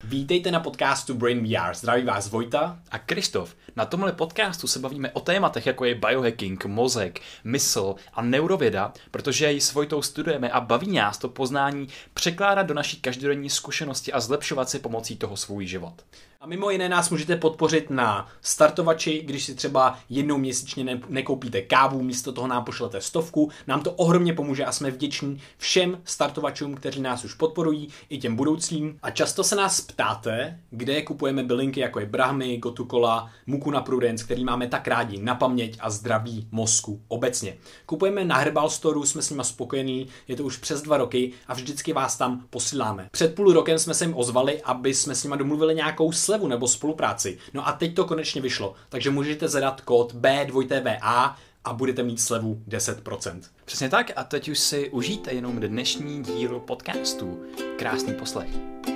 Vítejte na podcastu Brain VR. Zdraví vás Vojta a Krištof. Na tomhle podcastu se bavíme o tématech, jako je biohacking, mozek, mysl a neurověda, protože ji s Vojtou studujeme a baví nás to poznání překládat do naší každodenní zkušenosti a zlepšovat si pomocí toho svůj život. A mimo jiné nás můžete podpořit na startovači, když si třeba jednou měsíčně nekoupíte kávu, místo toho nám pošlete 100, nám to ohromně pomůže a jsme vděční všem startovačům, kteří nás už podporují, i těm budoucím. A často se nás ptáte, kde kupujeme bylinky, jako je Brahmy, Gotu-kola, Mucuna prudens, který máme tak rádi na paměť a zdraví mozku obecně. Kupujeme na Herbal Storeu, jsme s nima spokojení, je to už přes 2 roky a vždycky vás tam posíláme. Před půl rokem jsme se jim ozvali, aby jsme s nima domluvili nějakou slevu nebo spolupráci. No a teď to konečně vyšlo, takže můžete zadat kód B2TVA a budete mít slevu 10%. Přesně tak a teď už si užijte jenom dnešní díl podcastu. Krásný poslech.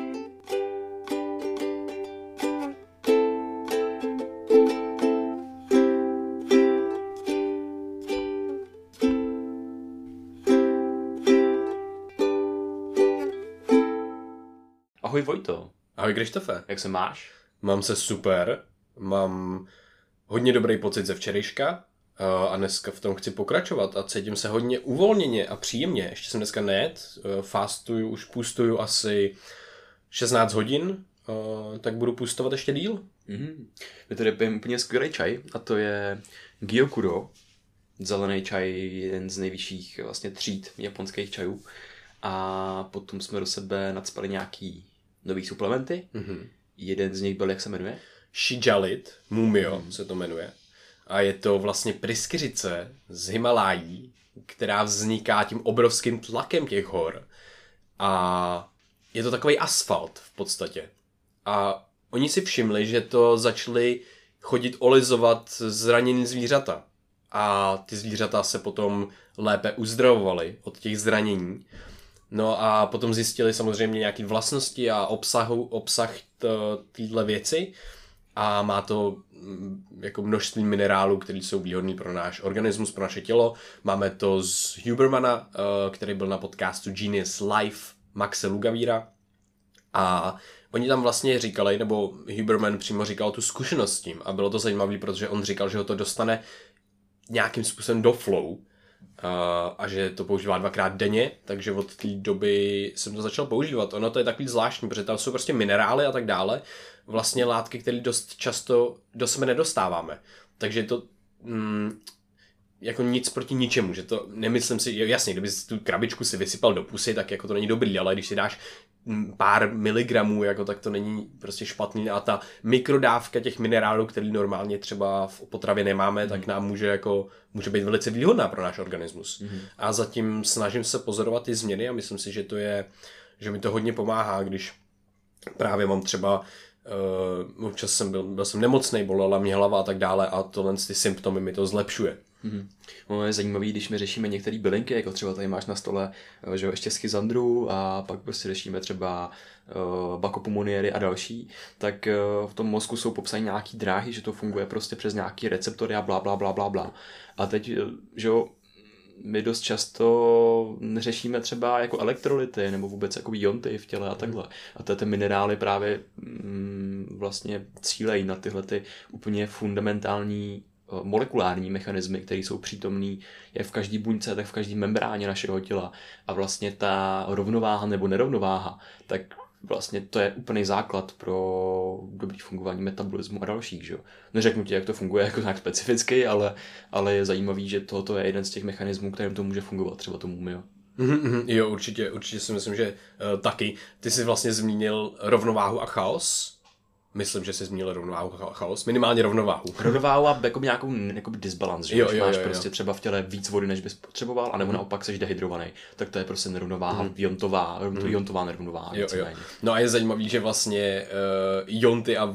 Ahoj Vojto. Ahoj Krištofe. Jak se máš? Mám se super, mám hodně dobrý pocit ze včerejška a dneska v tom chci pokračovat a cítím se hodně uvolněně a příjemně. Ještě jsem dneska nejet, fastuju, už pustuju asi 16 hodin, tak budu pustovat ještě díl. My tady pijeme úplně skvělý čaj a to je Gyokuro, zelený čaj, jeden z nejvyšších vlastně tříd japonských čajů. A potom jsme do sebe nacpali nějaký nový suplementy. Jeden z nich byl, jak se jmenuje? Shijalit, Mumio se to jmenuje. A je to vlastně pryskyřice z Himalájí, která vzniká tím obrovským tlakem těch hor. A je to takový asfalt v podstatě. A oni si všimli, že to začali chodit olizovat zraněný zvířata. A ty zvířata se potom lépe uzdravovaly od těch zranění. No a potom zjistili samozřejmě nějaké vlastnosti a obsah téhle věci a má to jako množství minerálů, které jsou výhodné pro náš organismus, pro naše tělo. Máme to z Hubermana, který byl na podcastu Genius Life, Maxe Lugavíra a oni tam vlastně říkali, nebo Huberman přímo říkal tu zkušenost s tím a bylo to zajímavé, protože on říkal, že ho to dostane nějakým způsobem do flow, a že to používá 2krát denně, takže od té doby jsem to začal používat. Ono to je takový zvláštní, protože tam jsou prostě minerály a tak dále, vlastně látky, které dost často do sebe nedostáváme. Takže to jako nic proti ničemu, že to nemyslím si, jasně, kdyby tu krabičku si vysypal do pusy, tak jako to není dobrý, ale když si dáš pár miligramů, jako tak to není prostě špatný a ta mikrodávka těch minerálů, který normálně třeba v potravě nemáme, tak nám může být velice výhodná pro náš organismus. A zatím snažím se pozorovat ty změny a myslím si, že mi to hodně pomáhá, když právě mám třeba občas byl jsem nemocnej, bolela mě hlava a tak dále a tohle ty symptomy mi to zlepšuje. No, je zajímavý, když my řešíme některé bylinky, jako třeba tady máš na stole, že jo, ještě schizandru a pak prostě řešíme třeba bakopumoniéry a další, tak v tom mozku jsou popsány nějaký dráhy, že to funguje prostě přes nějaký receptory a bla. A teď, že jo, my dost často neřešíme třeba jako elektrolyty nebo vůbec jako ionty v těle a takhle. A ty minerály právě vlastně cílejí na tyhle ty úplně fundamentální molekulární mechanismy, které jsou přítomné jak v každé buňce, tak v každé membráně našeho těla. A vlastně ta rovnováha nebo nerovnováha, tak vlastně to je úplný základ pro dobrý fungování metabolismu a dalších. Že? Neřeknu ti, jak to funguje jako nějak specificky, ale je zajímavý, že tohoto je jeden z těch mechanismů, kterým to může fungovat, třeba tomu Mumio. Jo, určitě si myslím, že taky. Ty jsi vlastně zmínil rovnováhu a chaos. Myslím, že jsi zmínil rovnováhu a chaos. Minimálně rovnováhu. Rovnováhu a nějakou disbalans, že máš prostě třeba v těle víc vody, než bys potřeboval, anebo naopak seš dehydrovaný. Tak to je prostě nerovnováha, iontová nerovnováha. Jo. No a je zajímavý, že vlastně ionty a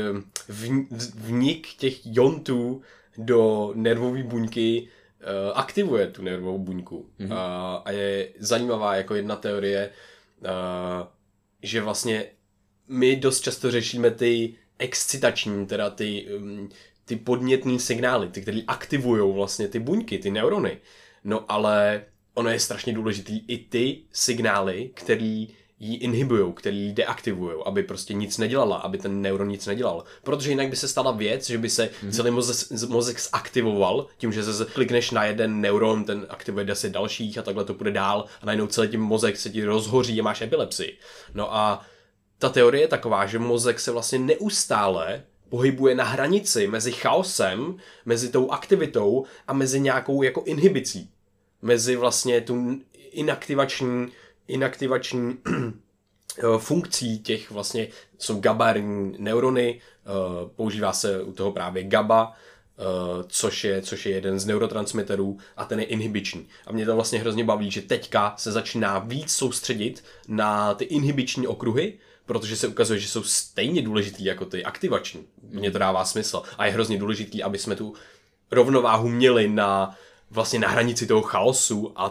vnik těch iontů do nervové buňky aktivuje tu nervovou buňku. A je zajímavá jako jedna teorie, že vlastně my dost často řešíme ty excitační, teda ty podnětné signály, ty, které aktivují vlastně ty buňky, ty neurony. No ale ono je strašně důležitý i ty signály, které ji inhibujou, který ji deaktivujou, aby prostě nic nedělala, aby ten neuron nic nedělal. Protože jinak by se stala věc, že by se celý mozek zaktivoval, tím, že se klikneš na jeden neuron, ten aktivuje 10 dalších a takhle to půjde dál a najednou celý tím mozek se ti rozhoří a máš epilepsii. No a ta teorie je taková, že mozek se vlastně neustále pohybuje na hranici mezi chaosem, mezi tou aktivitou a mezi nějakou jako inhibicí. Mezi vlastně tu inaktivační funkcí těch vlastně jsou GABAerní neurony, používá se u toho právě GABA, což je jeden z neurotransmiterů a ten je inhibiční. A mě to vlastně hrozně baví, že teďka se začíná víc soustředit na ty inhibiční okruhy, protože se ukazuje, že jsou stejně důležitý jako ty aktivační. Mně to dává smysl. A je hrozně důležitý, aby jsme tu rovnováhu měli vlastně na hranici toho chaosu a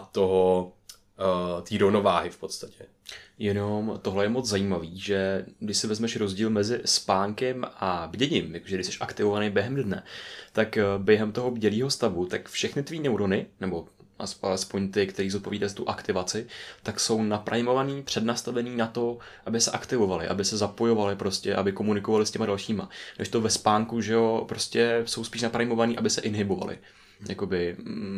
té rovnováhy v podstatě. Jenom tohle je moc zajímavý, že když si vezmeš rozdíl mezi spánkem a bděním, jakože když jsi aktivovaný během dne, tak během toho bdělého stavu, tak všechny tvý neurony, nebo alespoň ty, který zodpovídají za tu aktivaci, tak jsou naprimovaný, přednastavený na to, aby se aktivovali, aby se zapojovali prostě, aby komunikovali s těma dalšíma. Když to ve spánku, že jo, prostě jsou spíš naprimovaný, aby se inhibovali. Jakoby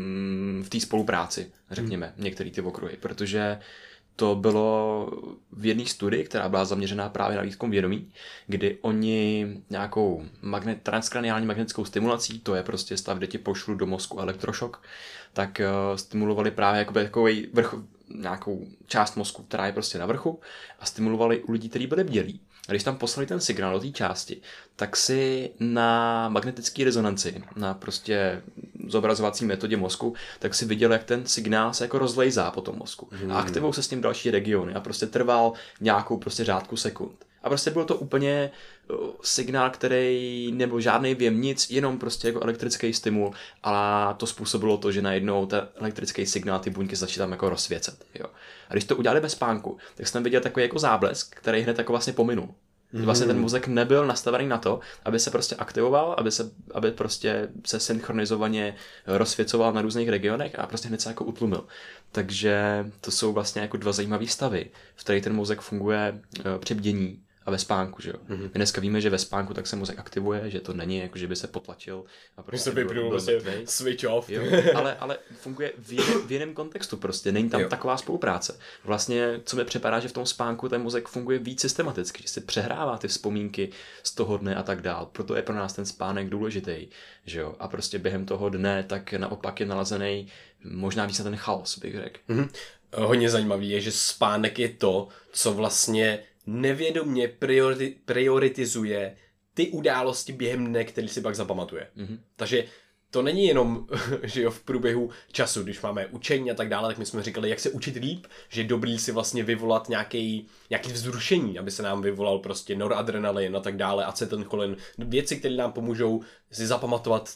v té spolupráci, řekněme, některé ty okruhy, protože to bylo v jedné studii, která byla zaměřená právě na výzkum vědomí, kdy oni nějakou transkraniální magnetickou stimulací, to je prostě stav, kde ti pošlu do mozku elektrošok, tak stimulovali právě jakoby nějakou část mozku, která je prostě na vrchu a stimulovali u lidí, kteří byli bdělí. A když tam poslali ten signál do té části, tak si na magnetické rezonanci, na prostě zobrazovací metodě mozku, tak si viděl, jak ten signál se jako rozlejzá po tom mozku. A aktivují se s tím další regiony a prostě trval nějakou prostě řádku sekund. A prostě byl to úplně signál, který nebyl žádný věm, nic, jenom prostě jako elektrický stimul, ale to způsobilo to, že najednou ten elektrický signál, ty buňky začaly tam jako rozsvěcet. Jo. A když to udělali bez spánku, tak jsem viděl takový jako záblesk, který hned jako vlastně pominul. Vlastně ten mozek nebyl nastavený na to, aby se prostě aktivoval, aby prostě se synchronizovaně rozsvěcoval na různých regionech a prostě hned se jako utlumil. Takže to jsou vlastně jako dva zajímavé stavy, v kterých ten mozek funguje při bdění a ve spánku, že jo. My dneska víme, že ve spánku tak se mozek aktivuje, že to není jako, že by se potlačil a prostě byl vlastně switch off. Jo, ale funguje v jiném kontextu prostě, není tam taková spolupráce. Vlastně, co mi připadá, že v tom spánku ten mozek funguje víc systematicky, že si přehrává ty vzpomínky z toho dne a tak dál. Proto je pro nás ten spánek důležitý, že jo. A prostě během toho dne tak naopak je nalazený možná víc na ten chaos, bych řekl. Hodně zajímavý je, že spánek je to, co vlastně nevědomě prioritizuje ty události během dne, který si pak zapamatuje. Takže to není jenom, že jo, v průběhu času, když máme učení a tak dále, tak my jsme říkali, jak se učit líp, že je dobrý si vlastně vyvolat nějaký vzrušení, aby se nám vyvolal prostě noradrenalin a tak dále, acetylcholin, věci, které nám pomůžou si zapamatovat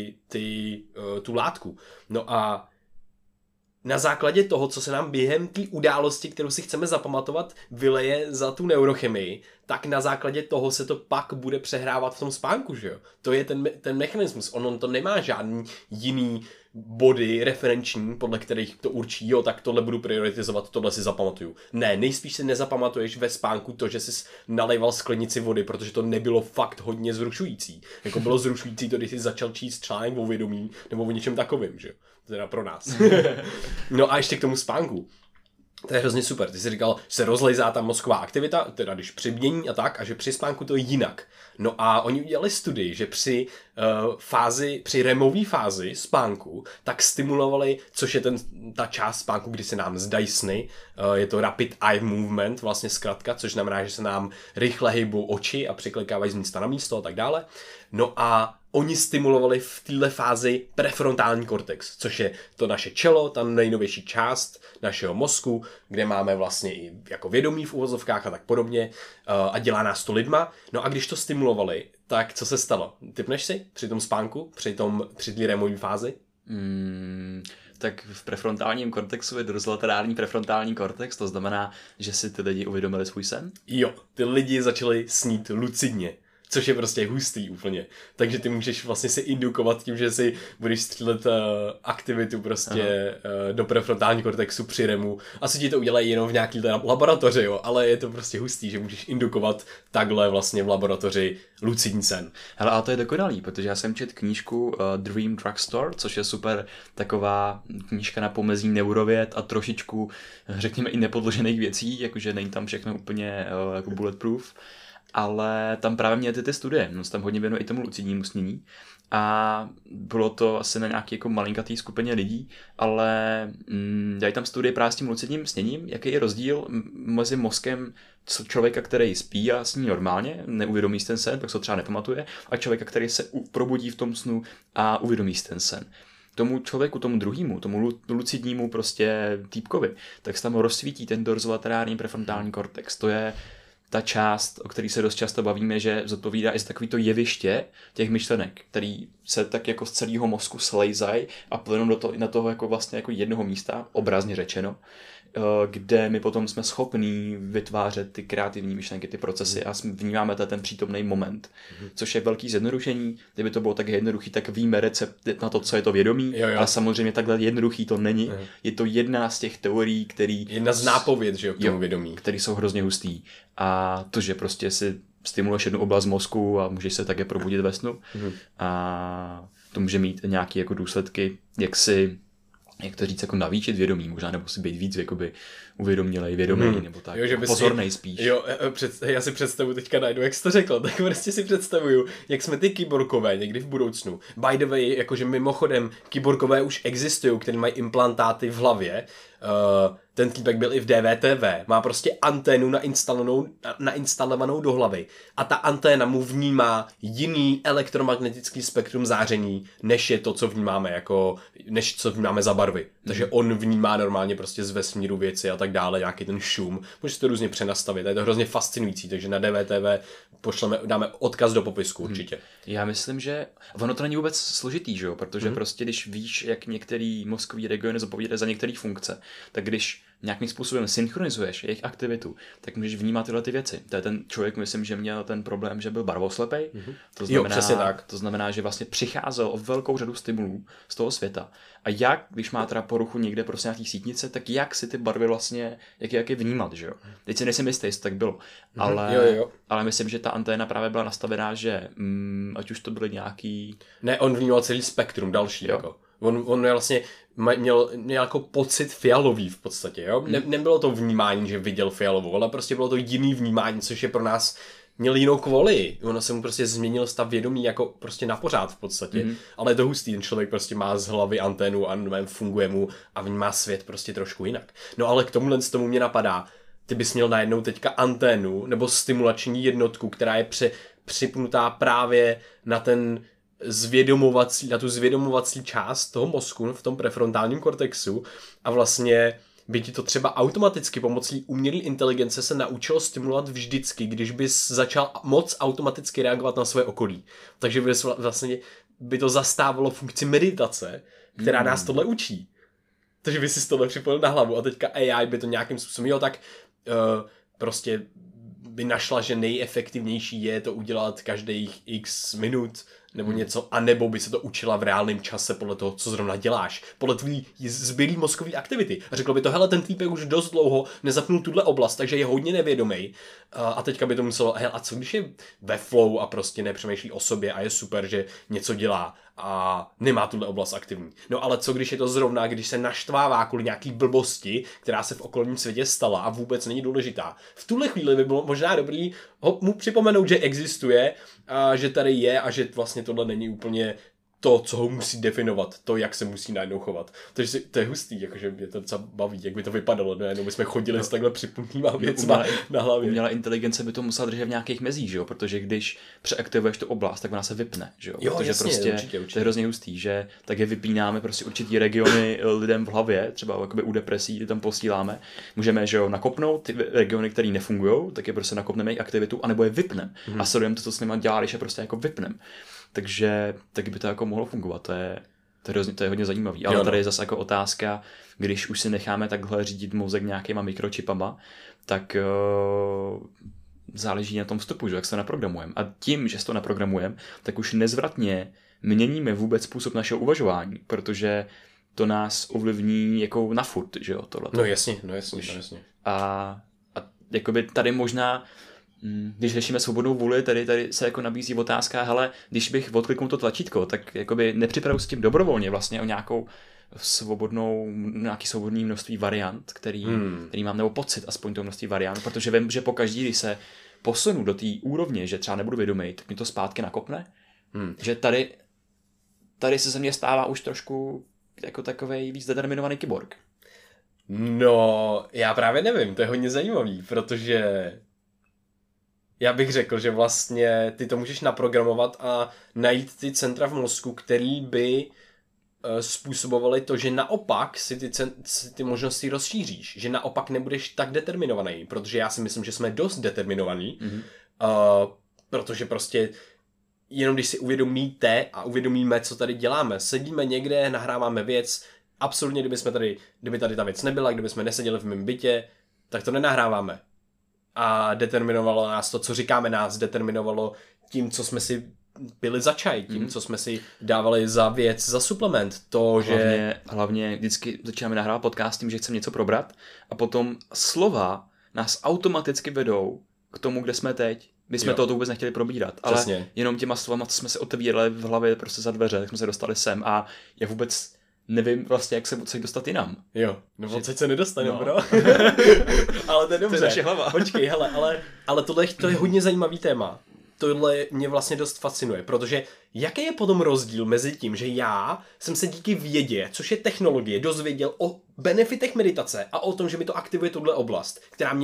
tu látku. No a na základě toho, co se nám během té události, kterou si chceme zapamatovat, vyleje za tu neurochemii, tak na základě toho se to pak bude přehrávat v tom spánku, že jo? To je ten mechanismus. On to nemá žádný jiný body referenční, podle kterých to určí, jo, tak tohle budu prioritizovat, tohle si zapamatuju. Ne, nejspíš si nezapamatuješ ve spánku to, že jsi nalejval sklenici vody, protože to nebylo fakt hodně zrušující. Jako bylo zrušující to, když jsi začal číst článek o vědomí nebo o něčem takovým, že jo? Teda pro nás. No a ještě k tomu spánku. To je hrozně super. Ty jsi říkal, že se rozlejzá ta mozková aktivita, teda když při bdění a tak, a že při spánku to je jinak. No a oni udělali studii, že při REMové fázi spánku, tak stimulovali, což je ta část spánku, kdy se nám zdají sny, je to Rapid Eye Movement, vlastně zkratka, což znamená, že se nám rychle hejbou oči a přiklikávají z místa na místo a tak dále. No a oni stimulovali v této fázi prefrontální kortex, což je to naše čelo, ta nejnovější část našeho mozku, kde máme vlastně i jako vědomí v uvozovkách a tak podobně a dělá nás to lidma. No a když to stimulovali, tak co se stalo? Tipneš si při tom spánku, při té REMové fázi? Tak v prefrontálním kortexu je dorsolaterální prefrontální kortex, to znamená, že si ty lidi uvědomili svůj sen? Jo, ty lidi začali snít lucidně. což je prostě hustý úplně. Takže ty můžeš vlastně si indukovat tím, že si budeš střílet aktivitu prostě do prefrontální kortexu při REMu. Asi ti to udělají jenom v nějaký laboratoři, jo, ale je to prostě hustý, že můžeš indukovat takhle vlastně v laboratoři lucidní sen. Hele, ale to je dokonalý, protože já jsem četl knížku Dream Drugstore, což je super taková knížka na pomezí neurověd a trošičku, řekněme, i nepodložených věcí, jakože není tam všechno úplně jako bulletproof, ale tam právě měly ty studie, no se tam hodně věnuje i tomu lucidnímu snění a bylo to asi na nějaký jako malinkatý skupině lidí, ale dělají tam studie právě s tím lucidním sněním, jaký je rozdíl mezi mozkem člověka, který spí a sní normálně, neuvědomí si ten sen, tak se to třeba nepamatuje, a člověka, který se probudí v tom snu a uvědomí si ten sen. Tomu člověku, tomu druhému, tomu lucidnímu prostě týpkovi, tak se tam rozsvítí ten dorzolaterální prefrontální kortex. To je ta část, o který se dost často bavíme, že zodpovídá i za takovýto jeviště těch myšlenek, který se tak jako z celého mozku slejzají a plynou na toho jako vlastně jako jednoho místa, obrazně řečeno, kde my potom jsme schopní vytvářet ty kreativní myšlenky, ty procesy a vnímáme ten přítomný moment, což je velký zjednodušení. Kdyby to bylo tak jednoduchý, tak víme recept na to, co je to vědomí, ale samozřejmě takhle jednoduchý to není. Je to jedna z těch teorií, který... Jedna z nápověd, že jo, k tomu vědomí. Který jsou hrozně hustý. A to, že prostě si stimuluješ jednu oblast mozku a můžeš se také probudit ve snu. A to může mít nějaké jako důsledky, jak to říct, jako navýšit vědomí, možná, nebo si být víc jakoby uvědomělej, vědomý, nebo tak, jo, pozornej spíš. Jo, já si představuji teďka najdu, jak jsi to řekl, tak prostě si představuju, jak jsme ty kyborgové někdy v budoucnu. By the way, jakože mimochodem, kyborgové už existují, který mají implantáty v hlavě. Ten týpek byl i v DVTV, má prostě anténu nainstalovanou do hlavy a ta anténa mu vnímá jiný elektromagnetický spektrum záření, než je to, co vnímáme než co vnímáme za barvy. Takže on vnímá normálně prostě z vesmíru věci a tak dále, nějaký ten šum. Můžete to různě přenastavit, je to hrozně fascinující, takže na DVTV dáme odkaz do popisku určitě. Já myslím, že ono to není vůbec složitý, že jo? Protože prostě když víš, jak některý mozkový regiony zodpovídají za některé funkce, tak když nějakým způsobem synchronizuješ jejich aktivitu, tak můžeš vnímat tyhle ty věci. To je ten člověk, myslím, že měl ten problém, že byl barvoslepej. To znamená, přesně tak. To znamená, že vlastně přicházel o velkou řadu stimulů z toho světa. A jak, když má teda poruchu někde prostě nějaký sítnice, tak jak si ty barvy vlastně, jak je vnímat, že jo? Teď si nejsem jistý, jestli tak bylo. Ale myslím, že ta anténa právě byla nastavená, že ať už to byly nějaký... Ne, on vnímal celý spektrum další, jako. On vlastně měl jako pocit fialový v podstatě, jo? Nebylo to vnímání, že viděl fialovou, ale prostě bylo to jiný vnímání, což je pro nás měl jinou kvůli. Ono se mu prostě změnil stav vědomí jako prostě na pořád v podstatě. Ale je to hustý, ten člověk prostě má z hlavy anténu a funguje mu a vnímá svět prostě trošku jinak. No ale k tomuhle z tomu mě napadá, ty bys měl najednou teďka anténu nebo stimulační jednotku, která je připnutá právě na tu zvědomovací část toho mozku v tom prefrontálním kortexu a vlastně by ti to třeba automaticky pomocí umělé inteligence se naučilo stimulovat vždycky, když bys začal moc automaticky reagovat na své okolí. Takže vlastně by to zastávalo funkci meditace, která nás tohle učí. Takže by si tohle připojil na hlavu a teďka AI by to nějakým způsobem, prostě by našla, že nejefektivnější je to udělat každých x minut nebo něco, anebo by se to učila v reálném čase podle toho, co zrovna děláš, podle tvý zbylý mozkový aktivity. A řeklo by to, hele, ten týpek už dost dlouho nezapnul tuhle oblast, takže je hodně nevědomý. A teďka by to muselo, hele, a co když je ve flow a prostě nepřemýšlí o sobě a je super, že něco dělá a nemá tuhle oblast aktivní. No ale co když je to zrovna, když se naštvává kvůli nějaký blbosti, která se v okolním světě stala a vůbec není důležitá. V tuhle chvíli by bylo možná dobrý mu připomenout, že existuje, a že tady je a že vlastně tohle není úplně to, co ho musí definovat, to, jak se musí najednou chovat. Takže to je hustý, jakože mě to docela baví, jak by to vypadalo, najednou bychom chodili s takhle připnutýma věcma na hlavě. Umělá inteligence by to musela držet v nějakých mezích, že jo? Protože když přeaktivuješ tu oblast, tak ona se vypne, že jo? Protože jasně, prostě určitě. To je hrozně hustý, že tak je vypínáme prostě určitý regiony lidem v hlavě, třeba jakoby u depresí, ty tam posíláme. Můžeme, že jo, nakopnout ty regiony, které nefungují, tak je prostě nakopneme jejich aktivitu, anebo je vypneme. A sledujeme to, co s nimi dělá, když je prostě jako vypneme. Takže taky by to jako mohlo fungovat, to je hodně zajímavý. Ale tady je zase jako otázka, když už si necháme takhle řídit mozek nějakýma mikročipama, tak záleží na tom vstupu, že jak se to naprogramujeme. A tím, že se to naprogramujeme, tak už nezvratně měníme vůbec způsob našeho uvažování, protože to nás ovlivní jako na furt, že jo, tohleto. No jasně. A jakoby tady možná, když řešíme svobodnou vůli, tady se jako nabízí otázka, hele, když bych odkliknul to tlačítko, tak jakoby nepřipravu s tím dobrovolně vlastně o nějaký svobodný množství variant, který mám, nebo pocit aspoň toho množství variant, protože vím, že pokaždý, když se posunu do té úrovně, že třeba nebudu vědomý, tak mi to zpátky nakopne, že tady se ze mě stává už trošku jako takovej víc determinovaný kyborg. No, já právě nevím, to je hodně zajímavý, protože já bych řekl, že vlastně ty to můžeš naprogramovat a najít ty centra v mozku, který by způsobovaly to, že naopak si ty možnosti rozšíříš, že naopak nebudeš tak determinovaný, protože já si myslím, že jsme dost determinovaní, protože prostě jenom když si uvědomíte a uvědomíme, co tady děláme, sedíme někde, nahráváme věc, absolutně, kdyby tady ta věc nebyla, kdyby jsme neseděli v mém bytě, tak to nenahráváme. A determinovalo nás to, co říkáme nás, determinovalo tím, co jsme si pili za čaj, tím, co jsme si dávali za věc, za suplement. Hlavně vždycky začínáme nahrávat podcast tím, že chceme něco probrat a potom slova nás automaticky vedou k tomu, kde jsme teď. My jsme to vůbec nechtěli probírat, Přesně. Ale jenom těma slovama, co jsme se otevírali v hlavě prostě za dveře, tak jsme se dostali sem a já vůbec nevím vlastně, jak se odsaď dostat jinam. Jo, no odsaď se nedostaneme, bro. Ale to je dobře. To je naše hlava. Počkej, hele, ale tohle to je hodně zajímavý téma. Tohle mě vlastně dost fascinuje, protože jaký je potom rozdíl mezi tím, že já jsem se díky vědě, což je technologie, dozvěděl o benefitech meditace a o tom, že mi to aktivuje tuhle oblast,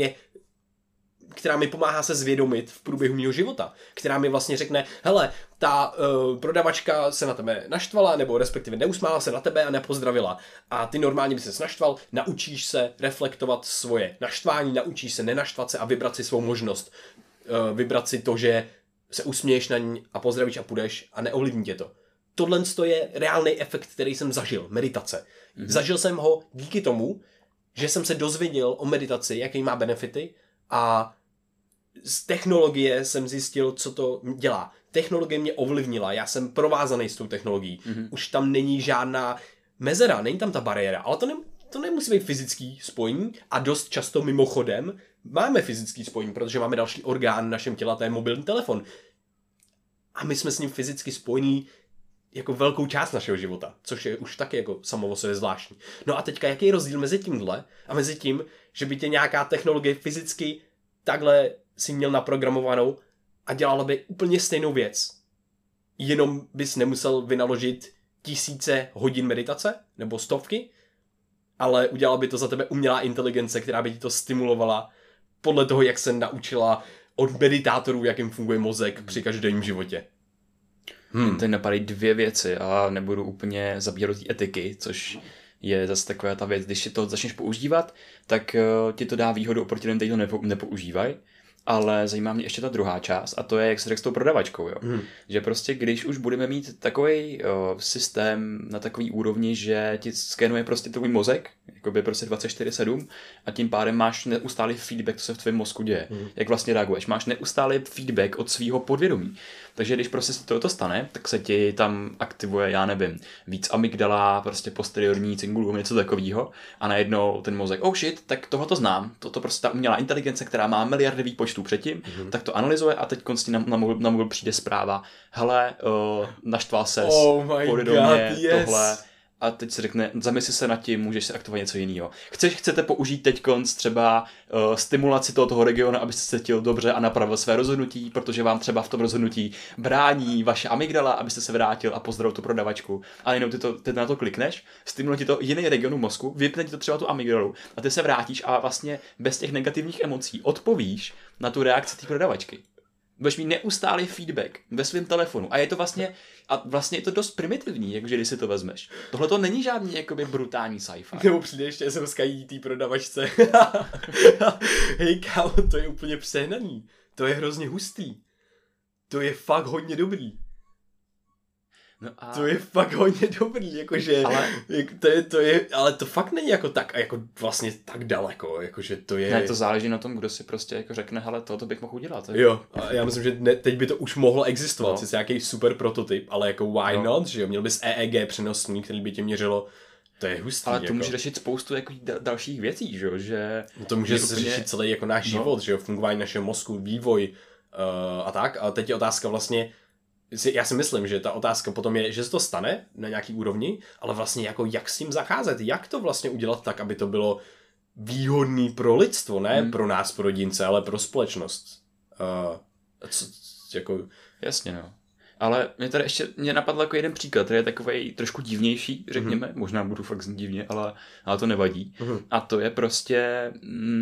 která mi pomáhá se zvědomit v průběhu mého života, která mi vlastně řekne, hele, ta prodavačka se na tebe naštvala, nebo respektive neusmála se na tebe a nepozdravila. A ty normálně by se naštval, naučíš se reflektovat svoje naštvání, naučíš se nenaštvat se a vybrat si svou možnost. Vybrat si to, že se usměješ na ní a pozdravíš a půjdeš a neovlivní tě to. Tohle je reálný efekt, který jsem zažil, meditace. Zažil jsem ho díky tomu, že jsem se dozvěděl o meditaci, jaký má benefity a z technologie jsem zjistil, co to dělá. Technologie mě ovlivnila, já jsem provázaný s tou technologií. Už tam není žádná mezera, není tam ta bariéra, ale to nemusí být fyzický spojení a dost často mimochodem máme fyzický spojení, protože máme další orgán v našem těle, to je mobilní telefon. A my jsme s ním fyzicky spojení jako velkou část našeho života, což je už taky jako samo o sobě zvláštní. No a teďka, jaký je rozdíl mezi tímhle a mezi tím, že by tě nějaká technologie fyzicky takhle si měl naprogramovanou a dělala by úplně stejnou věc. Jenom bys nemusel vynaložit tisíce hodin meditace, nebo stovky, ale udělala by to za tebe umělá inteligence, která by ti to stimulovala podle toho, jak se naučila od meditátorů, jak jim funguje mozek při každodenním životě. Teď napadají dvě věci a nebudu úplně zabírat do té etiky, což je zase taková ta věc, když si to začneš používat, tak ti to dá výhodu oproti lidem, kteří to nepoužívají. Ale zajímá mě ještě ta druhá část a to je, jak se řekl s tou prodavačkou, jo. Že prostě, když už budeme mít takový systém na takový úrovni, že ti skenuje prostě tvůj mozek, jakoby prostě 24/7 a tím pádem máš neustálý feedback, co se v tvém mozku děje, jak vlastně reaguješ. Máš neustálý feedback od svého podvědomí. Takže když prostě se to stane, tak se ti tam aktivuje, já nevím, víc amygdala, prostě posteriorní cingulum, něco takového a najednou ten mozek, oh shit, tak tohle to znám. Toto prostě ta umělá inteligence, která má miliardy výpočtů předtím, tak to analyzuje a teď konstantně na mobil přijde zpráva, hele, naštval ses, pojď do mě, tohle. A teď se řekne, zamysli se nad tím, můžeš se aktivovat něco jiného. Chcete použít teď třeba stimulaci toho regionu, abyste se cítil dobře a napravil své rozhodnutí, protože vám třeba v tom rozhodnutí brání vaše amygdala, abyste se vrátil a pozdravil tu prodavačku. A jenom ty na to klikneš, stimuluje ti to jiný region mozku, vypne ti to třeba tu amygdalu a ty se vrátíš a vlastně bez těch negativních emocí odpovíš na tu reakci té prodavačky. Budeš mít neustálý feedback ve svém telefonu a je to vlastně je to dost primitivní, jakože když si to vezmeš. Tohle to není žádný jakoby brutální sci-fi. Nebo přijde ještě SMS-ka té prodavačce. Hej kámo, to je úplně přehnaný. To je hrozně hustý. To je fakt hodně dobrý. No a... To je fakt hodně dobrý, jakože, ale... ale to fakt není jako tak, jako vlastně tak daleko, jakože to je... Ne, to záleží na tom, kdo si prostě jako řekne, hele, to bych mohl udělat. Jo, a já myslím, že teď by to už mohlo existovat, sice nějaký super prototyp, ale jako why not, že jo, měl bys EEG přenosný, který by tě měřilo, to je hustý. Ale to jako. může řešit spoustu jako dalších věcí, že jo, že... No to může úplně... řešit celý jako náš život, že jo, fungování našeho mozku, vývoj a tak, a teď je otázka vlastně, já si myslím, že ta otázka potom je, že se to stane na nějaký úrovni, ale vlastně jako jak s tím zacházet, jak to vlastně udělat tak, aby to bylo výhodný pro lidstvo, ne pro nás, pro jedince, ale pro společnost. Jako... Jasně, no. Ale mě napadl jako jeden příklad, který je takovej trošku divnější, řekněme, možná budu fakt znít divně, ale to nevadí. A to je prostě,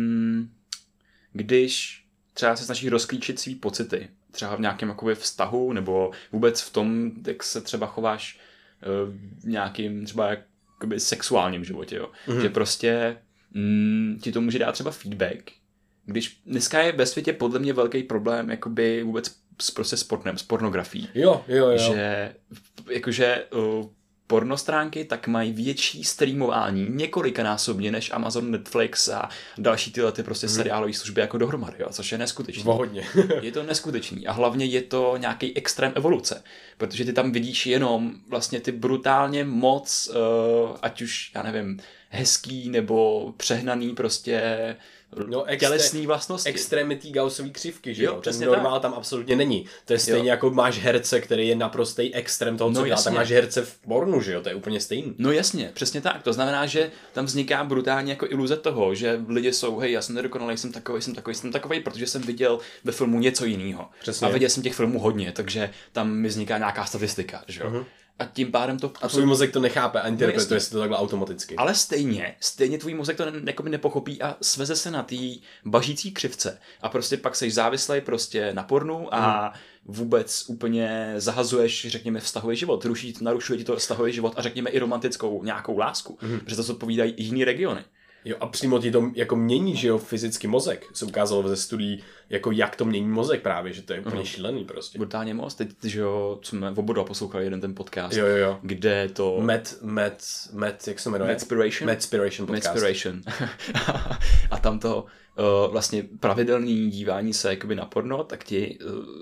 když třeba se snaží rozklíčit svý pocity, třeba v nějakém jakoby vztahu, nebo vůbec v tom, jak se třeba chováš v nějakým třeba jakoby sexuálním životě, jo. Že prostě ti to může dát třeba feedback, když dneska je ve světě podle mě velký problém jakoby vůbec prostě s pornem, s pornografií. Jo. Že jakože pornostránky tak mají větší streamování několikanásobně než Amazon, Netflix a další tyhle ty prostě seriálové služby jako dohromady, jo, což je neskutečný. Hodně. Je to neskutečný a hlavně je to nějaký extrém evoluce, protože ty tam vidíš jenom vlastně ty brutálně moc, ať už, já nevím, hezký nebo přehnaný prostě tělesný vlastnosti. Extrémy té Gaussový křivky, že jo? Ten přesně normál tak. tam absolutně není. To je stejně jako máš herce, který je naprostý extrém toho, co dělá, tak máš herce v pornu, že jo? To je úplně stejný. No jasně, přesně tak. To znamená, že tam vzniká brutálně jako iluze toho, že lidi jsou, hej, já jsem nedokonalý, jsem takový, protože jsem viděl ve filmu něco jiného. A viděl jsem těch filmů hodně, takže tam mi vzniká nějaká statistika, že jo? A tím pádem to... A tvůj mozek to nechápe a interpretuje si to takhle automaticky. Ale stejně tvůj mozek to nepochopí a sveze se na té bažící křivce. A prostě pak seš závislej prostě na pornu a vůbec úplně zahazuješ, řekněme, vztahový život. Narušuje ti to vztahový život a řekněme i romantickou nějakou lásku. Protože to odpovídají jiný regiony. Jo, a přímo ti to jako mění, že jo, fyzický mozek. Se ukázalo ze studií, jako jak to mění mozek právě, že to je úplně šílený prostě. Brutálně moc. Teď, že jo, jsme oba poslouchali jeden ten podcast, jo. kde to... Matt, jak se jmenuje? Madspiration podcast. A tam to vlastně pravidelný dívání se jakoby na porno, tak ti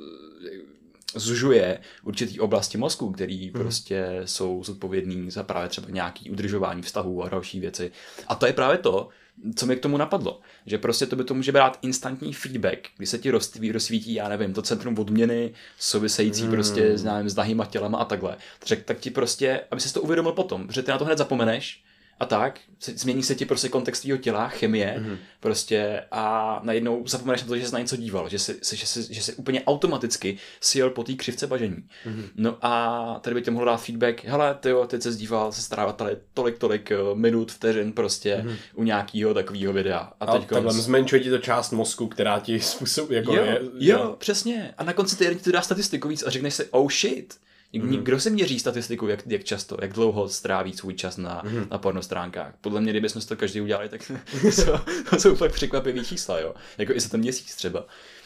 zužuje určitý oblasti mozku, který prostě jsou zodpovědný za právě třeba nějaký udržování vztahů a další věci. A to je právě to, co mi k tomu napadlo. Že prostě to může brát instantní feedback, kdy se ti rozsvítí, já nevím, to centrum odměny, související prostě s nahýma tělema a takhle. Tak ti prostě, aby si to uvědomil potom, že ty na to hned zapomeneš, a tak, změní se ti prostě kontext tvýho těla, chemie, prostě a najednou zapomeneš na to, že jsi na něco díval, že jsi úplně automaticky sjel po té křivce bažení. No a tady by tě mohl dát feedback, hele, tyjo, teď se díval, se strává tady tolik minut, vteřin prostě u nějakého takového videa. A takhle zmenšuje ti to část mozku, která ti způsobuje, jako jo, přesně. A na konci týdne ti to dá statistiku víc a řekneš si, oh shit. Kdo se měří statistiku, jak často, jak dlouho stráví svůj čas na pornostránkách? Podle mě, kdybychom to každý udělali, tak to jsou fakt překvapivý čísla, jo. Jako i za ten měsíc třeba.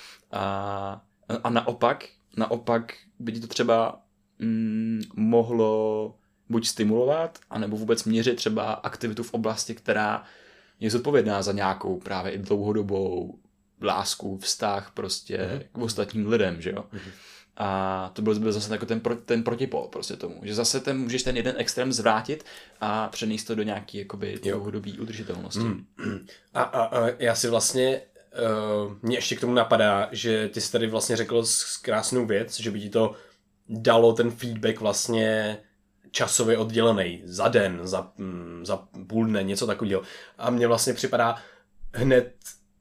A naopak by ti to třeba mohlo buď stimulovat, anebo vůbec měřit třeba aktivitu v oblasti, která je zodpovědná za nějakou právě i dlouhodobou lásku, vztah prostě k ostatním lidem, že jo. A to byl zase jako ten protipol prostě tomu, že zase můžeš ten jeden extrém zvrátit a přenést to do nějaký jakoby dlouhodobý udržitelnosti. A já si vlastně, mě ještě k tomu napadá, že ty jsi tady vlastně řekl krásnou věc, že by ti to dalo ten feedback vlastně časově oddělený, za den, za půl dne, něco takového. A mně vlastně připadá hned,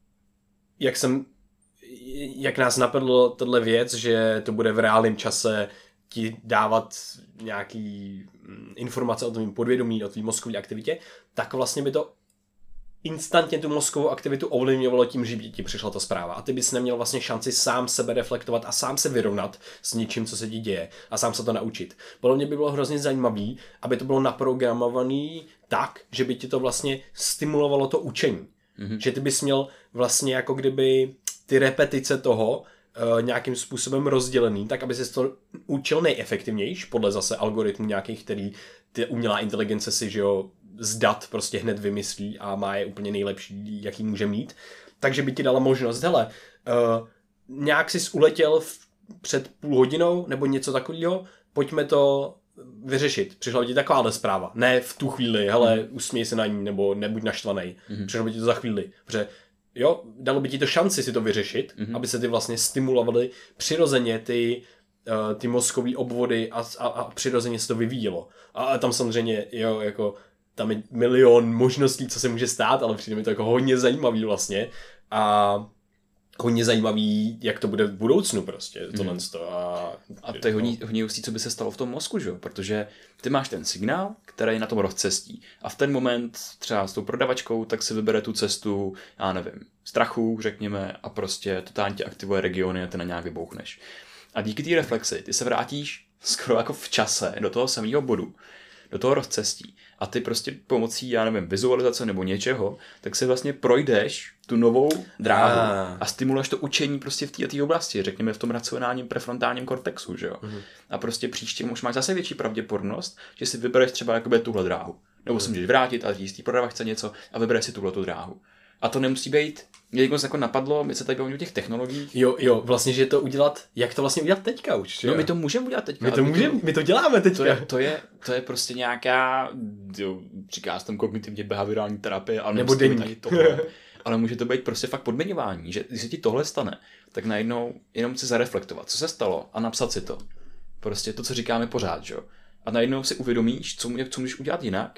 jak nás napadlo tohle věc, že to bude v reálném čase ti dávat nějaký informace o tvým podvědomí, o tvým mozkové aktivitě, tak vlastně by to instantně tu mozkovou aktivitu ovlivňovalo tím, že by ti přišla ta zpráva. A ty bys neměl vlastně šanci sám sebe reflektovat a sám se vyrovnat s něčím, co se ti děje a sám se to naučit. Podle mě by bylo hrozně zajímavý, aby to bylo naprogramované tak, že by ti to vlastně stimulovalo to učení. Že ty bys měl vlastně jako kdyby ty repetice toho nějakým způsobem rozdělený, tak aby se to učil nejefektivnější, podle zase algoritmů nějakých, který ty umělá inteligence si, že jo, z dat prostě hned vymyslí a má je úplně nejlepší, jaký může mít. Takže by ti dala možnost, hele, nějak jsi uletěl před půl hodinou nebo něco takového, pojďme to vyřešit. Přišla by ti takováhle zpráva. Ne v tu chvíli, hele, usměj se na ní nebo nebuď naštvanej. Přišlo by ti to za chvíli. Protože jo, dalo by ti to šanci si to vyřešit, aby se ty vlastně stimulovaly přirozeně ty mozkové obvody a přirozeně se to vyvíjelo. A tam samozřejmě, jo, jako tam je milion možností, co se může stát, ale přijde mi to jako hodně zajímavý vlastně. A hodně zajímavý, jak to bude v budoucnu prostě, tohle A to je hodně hustý, co by se stalo v tom mozku, že jo? Protože ty máš ten signál, který je na tom rozcestí. A v ten moment třeba s tou prodavačkou, tak si vybere tu cestu, já nevím, strachu, řekněme, a prostě totálně tě aktivuje regiony a ty na nějak vybouchneš. A díky té reflexi ty se vrátíš skoro jako v čase do toho samého bodu, do toho rozcestí. A ty prostě pomocí, já nevím, vizualizace nebo něčeho, tak si vlastně projdeš tu novou dráhu a stimuluješ to učení prostě v této oblasti, řekněme v tom racionálním prefrontálním kortexu, že jo. A prostě příště už máš zase větší pravděpodobnost, že si vybereš třeba jakoby tuhle dráhu. Nebo se můžeš vrátit a říct, prodavačce něco a vybereš si tuhletu dráhu. A to nemusí být, mě jako napadlo, my se tady bavíme o těch technologiích. Jo, vlastně, že to udělat, jak to vlastně udělat teďka už. No my to můžeme udělat teďka. My to děláme teďka. To je prostě nějaká, jo, říká se tam kognitivně behaviorální terapie, ale nebo denní. Ale může to být prostě fakt podměňování, že když se ti tohle stane, tak najednou jenom si zareflektovat, co se stalo a napsat si to. Prostě to, co říkáme pořád, že jo. A najednou si uvědomíš, co můžeš udělat jinak.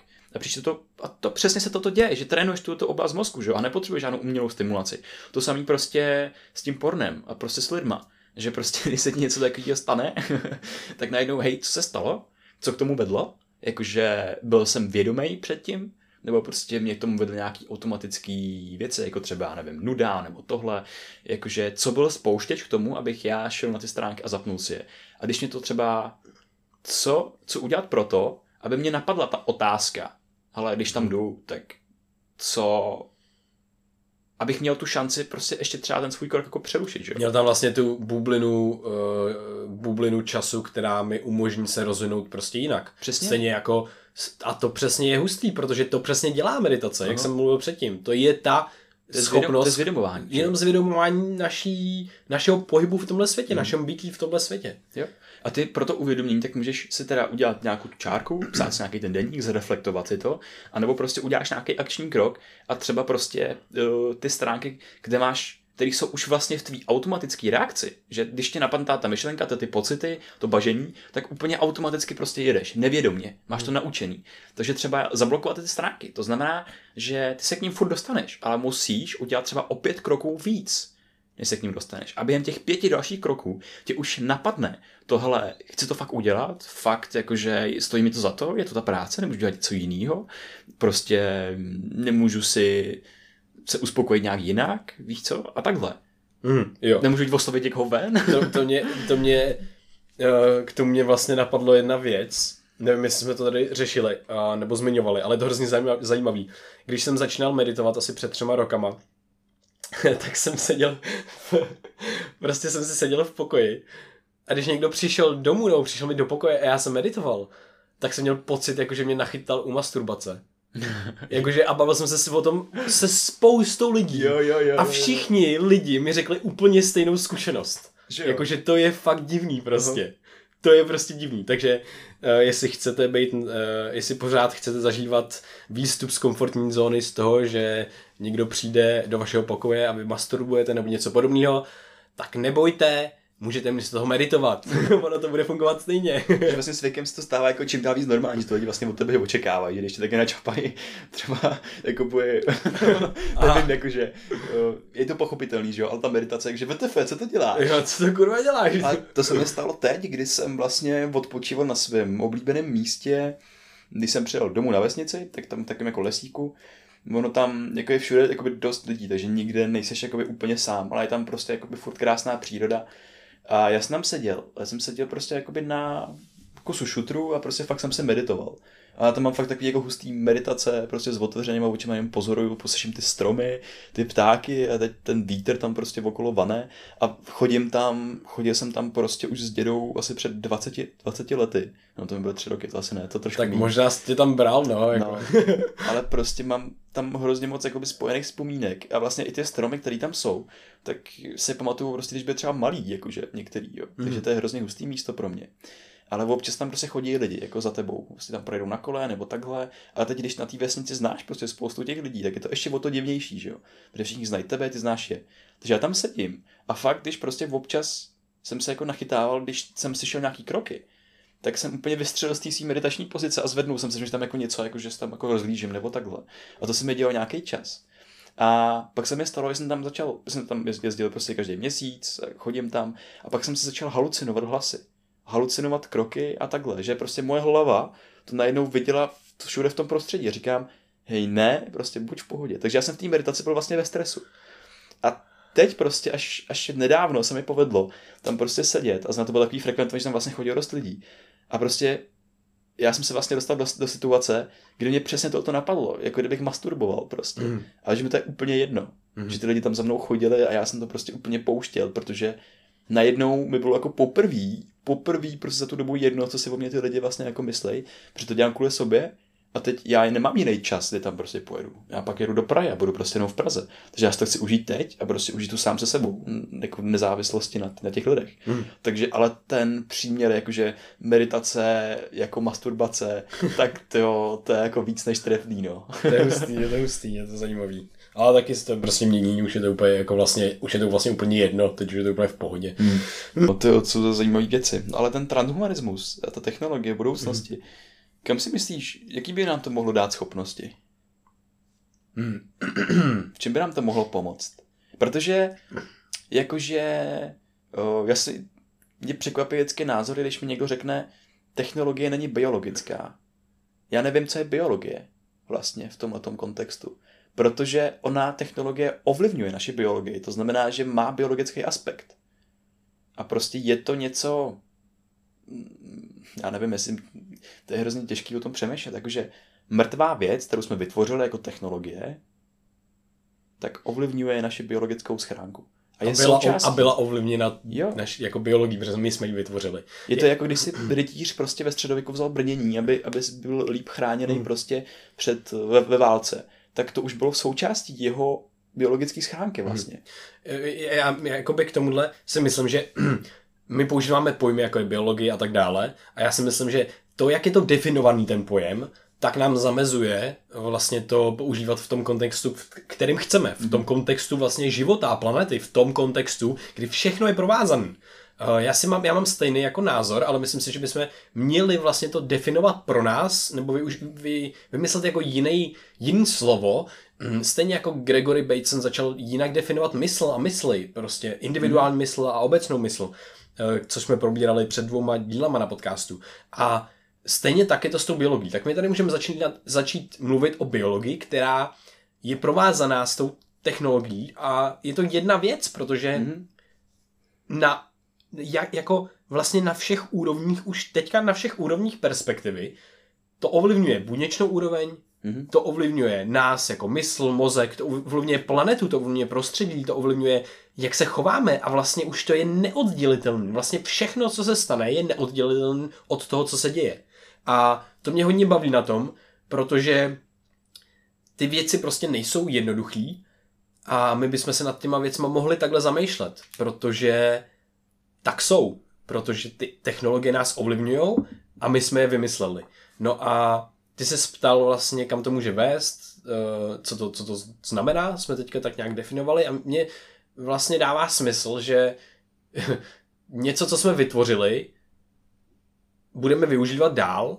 A to přesně se toto děje, že trénuješ tuto oblast mozku, že jo, a nepotřebuješ žádnou umělou stimulaci. To samý prostě s tím pornem a prostě s lidma, že prostě když se ti něco takového stane, tak najednou, hej, co se stalo? Co k tomu vedlo? Jakože byl jsem vědomý předtím? Nebo prostě mě k tomu vedly nějaký automatický věci, jako třeba, nevím, nuda nebo tohle. Jakože co byl spouštěč k tomu, abych já šel na ty stránky a zapnul si je. A když mě to třeba, co udělat pro to, aby mě napadla ta otázka, ale když tam jdu, tak co, abych měl tu šanci prostě ještě třeba ten svůj krok jako přerušit, že? Měl tam vlastně tu bublinu času, která mi umožní se rozvinout prostě jinak. Přesně. Stejně jako, a to přesně je hustý, protože to přesně dělá meditace, jak jsem mluvil předtím. To je ta schopnost, to je zvědomování. Jenom zvědomování našeho pohybu v tomhle světě, našeho bytí v tomhle světě. Jo. A ty pro to uvědomění, tak můžeš si teda udělat nějakou čárku, psát si nějaký ten deník, zreflektovat si to, anebo prostě uděláš nějaký akční krok a třeba prostě ty stránky, které jsou už vlastně v tvý automatické reakci, že když tě napadne ta myšlenka, ty pocity, to bažení, tak úplně automaticky prostě jedeš, nevědomě, máš to naučený. Takže třeba zablokovat ty stránky, to znamená, že ty se k ním furt dostaneš, ale musíš udělat třeba o 5 kroků víc, než se k ním dostaneš. A během těch 5 dalších kroků tě už napadne tohle, chci to fakt udělat, fakt jakože stojí mi to za to, je to ta práce, nemůžu dělat něco jiného, prostě nemůžu si se uspokojit nějak jinak, víš co, a takhle. Jo. Nemůžu jít oslovit někoho ven. K tomu mě vlastně napadlo jedna věc, nevím, jestli jsme to tady řešili, nebo zmiňovali, ale je to hrozně zajímavý. Když jsem začínal meditovat asi před 3 rokama, tak jsem seděl, prostě jsem si seděl v pokoji a když někdo přišel domů, nebo přišel mi do pokoje a já jsem meditoval, tak jsem měl pocit, jakože mě nachytal u masturbace. Jakože a bavil jsem se o tom se spoustou lidí. Jo. A všichni lidi mi řekli úplně stejnou zkušenost. Jakože to je fakt divný prostě. To je prostě divný. Takže jestli chcete jestli pořád chcete zažívat výstup z komfortní zóny z toho, že někdo přijde do vašeho pokoje a vy masturbujete nebo něco podobného, tak nebojte, můžete místo toho meditovat. Ono to bude fungovat stejně. Že vlastně s věkem se to stává jako čím dál víc normální, že to lidi vlastně od tebe očekávají, že když tě taky načapají, třeba jako bude, nevím, jakože je to pochopitelný, že jo, ale ta meditace, takže VTF, co to děláš? Jo, co to kurva děláš? A to se mi stalo teď, kdy jsem vlastně odpočíval na svém oblíbeném místě, když jsem přijel domů na vesnici, tak tam takým jako lesíku, ono tam jako je všude jakoby dost lidí, takže nikde nejseš jakoby úplně sám, ale je tam prostě jakoby furt krásná příroda. A já jsem tam seděl prostě jakoby na kusu šutru a prostě fakt jsem se meditoval. A tam mám fakt takový jako hustý meditace, prostě s otevřenýma očima, jen pozoruju, poslyším ty stromy, ty ptáky a teď ten vítr tam prostě okolo vane a chodil jsem tam prostě už s dědou asi před 20 lety. No to mi bylo 3 roky, to asi ne, to trošku Tak míň. možná jsi tě tam bral, no. Jako. No, ale prostě mám tam hrozně moc jakoby spojených vzpomínek a vlastně i ty stromy, které tam jsou, tak si pamatuju prostě, když byl třeba malý, jakože některý, jo. Takže to je hrozně hustý místo pro mě. Ale občas tam prostě chodí lidi, jako za tebou, prostě tam projedou na kole nebo takhle. A teď, když na té vesnici znáš prostě spoustu těch lidí, tak je to ještě o to divnější, že jo. Protože všichni znají tebe, ty znáš je. Takže já tam sedím a fakt, když prostě občas jsem se jako nachytával, když jsem slyšel nějaký kroky, tak jsem úplně vystřelil z té svý meditační pozice a zvednul jsem se, že tam jako něco, jako že se tam jako rozlížím nebo takhle. A to se mi dělo nějaký čas. A pak se mi stalo, že jsem tam jezdil prostě každý měsíc, chodím tam a pak jsem se začal halucinovat hlasy. Halucinovat kroky a takhle, že prostě moje hlava to najednou viděla všude v tom prostředí. Říkám, hej ne, prostě buď v pohodě. Takže já jsem v té meditaci byl vlastně ve stresu. A teď prostě až nedávno se mi povedlo tam prostě sedět a na to bylo takový frekventovaný, že tam vlastně chodilo dost lidí. A prostě já jsem se vlastně dostal do situace, kdy mě přesně toto napadlo, jako kdybych masturboval prostě. Ale že mi to je úplně jedno. Že ty lidi tam za mnou chodili a já jsem to prostě úplně pouštěl, protože najednou mi bylo jako poprvé prostě za tu dobu jedno, co si o mě ty lidi vlastně jako myslej, protože to dělám kvůli sobě a teď já nemám jiný čas, kdy tam prostě pojedu. Já pak jedu do Prahy a budu prostě jenom v Praze. Takže já si to chci užít teď a prostě užít tu sám se sebou, jako nezávislosti na těch lidech. Takže ale ten příměr, jakože meditace jako masturbace, tak to je jako víc než trefný, no. To je hustý, je to zajímavý. Ale taky se to prostě mění, už je to úplně jako už je to vlastně úplně jedno, teď už je to úplně v pohodě. No to jsou to zajímavé věci. Ale ten transhumanismus a ta technologie budoucnosti, kam si myslíš, jaký by nám to mohlo dát schopnosti? V čem by nám to mohlo pomoct? Protože jakože mě překvapí vždycky názory, když mi někdo řekne, technologie není biologická. Já nevím, co je biologie vlastně v tomhletom kontextu. Protože technologie ovlivňuje naši biologii. To znamená, že má biologický aspekt. A prostě je to něco, já nevím, jestli to je hrozně těžký o tom přemýšlet. Takže mrtvá věc, kterou jsme vytvořili jako technologie, tak ovlivňuje naši biologickou schránku. A byla ovlivněna naši jako biologii, protože my jsme ji vytvořili. Je to jako když si rytíř prostě ve středověku vzal brnění, aby byl líp chráněný prostě ve válce. Tak to už bylo součástí jeho biologické schránky vlastně. Já jakoby k tomuhle si myslím, že my používáme pojmy jako je biologie a tak dále a já si myslím, že to, jak je to definovaný ten pojem, tak nám zamezuje vlastně to používat v tom kontextu, v kterým chceme. V tom kontextu vlastně života a planety, v tom kontextu, kdy všechno je provázané. Já mám stejný jako názor, ale myslím si, že bychom měli vlastně to definovat pro nás, nebo vymyslet jako jiný slovo, stejně jako Gregory Bateson začal jinak definovat mysl a mysli, prostě individuální mysl a obecnou mysl, co jsme probírali před 2 dílama na podcastu. A stejně tak je to s tou biologií. Tak my tady můžeme začít mluvit o biologii, která je provázaná s tou technologií a je to jedna věc, protože jako vlastně na všech úrovních, už teďka na všech úrovních perspektivy, to ovlivňuje buněčnou úroveň, to ovlivňuje nás jako mysl, mozek, to ovlivňuje planetu, to ovlivňuje prostředí, to ovlivňuje, jak se chováme a vlastně už to je neoddělitelné. Vlastně všechno, co se stane, je neoddělitelné od toho, co se děje. A to mě hodně baví na tom, protože ty věci prostě nejsou jednoduchý a my bychom se nad těma věcma mohli takhle zamýšlet, protože tak jsou, protože ty technologie nás ovlivňujou a my jsme je vymysleli. No a ty se ptal vlastně, kam to může vést, co to znamená, jsme teďka tak nějak definovali a mně vlastně dává smysl, že něco, co jsme vytvořili, budeme využívat dál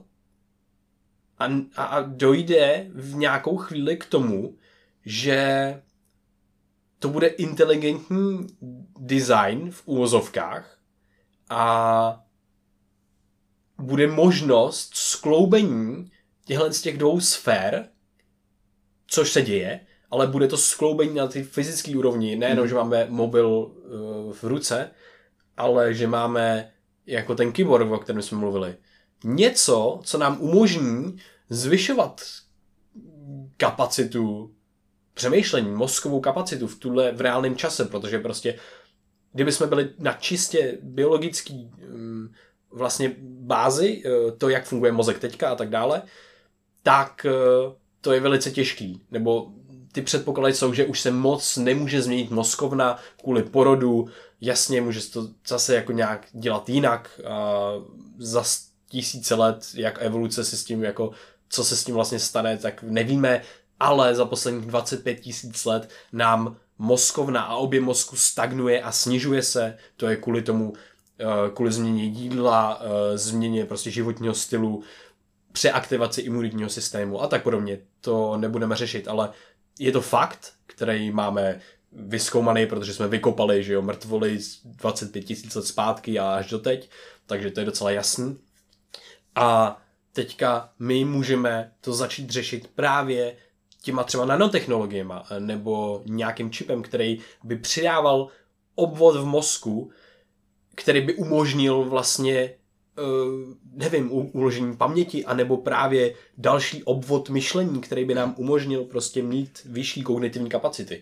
a dojde v nějakou chvíli k tomu, že to bude inteligentní design v úvozovkách a bude možnost skloubení z těch 2 sfér, což se děje, ale bude to skloubení na ty fyzické úrovni, nejenom, že máme mobil v ruce, ale že máme jako ten kyborg, o kterém jsme mluvili. Něco, co nám umožní zvyšovat kapacitu přemýšlení, mozkovou kapacitu v reálném čase, protože prostě kdyby jsme byli na čistě biologický vlastně bázi, to, jak funguje mozek teďka a tak dále, tak to je velice těžký. Nebo ty předpoklady jsou, že už se moc nemůže změnit mozkovna kvůli porodu. Jasně, může se to zase jako nějak dělat jinak. Za tisíce let, jak evoluce si s tím, jako, co se s tím vlastně stane, tak nevíme, ale za posledních 25 000 let nám mozkovna a objem mozku stagnuje a snižuje se. To je kvůli tomu, kvůli změně jídla, změně prostě životního stylu, přeaktivaci imunitního systému a tak podobně. To nebudeme řešit, ale je to fakt, který máme vyzkoumaný, protože jsme vykopali, že jo, mrtvoly 25 000 let zpátky a až doteď, takže to je docela jasný. A teďka my můžeme to začít řešit právě těma třeba nanotechnologiema nebo nějakým čipem, který by přidával obvod v mozku, který by umožnil vlastně, nevím, uložení paměti, anebo právě další obvod myšlení, který by nám umožnil prostě mít vyšší kognitivní kapacity.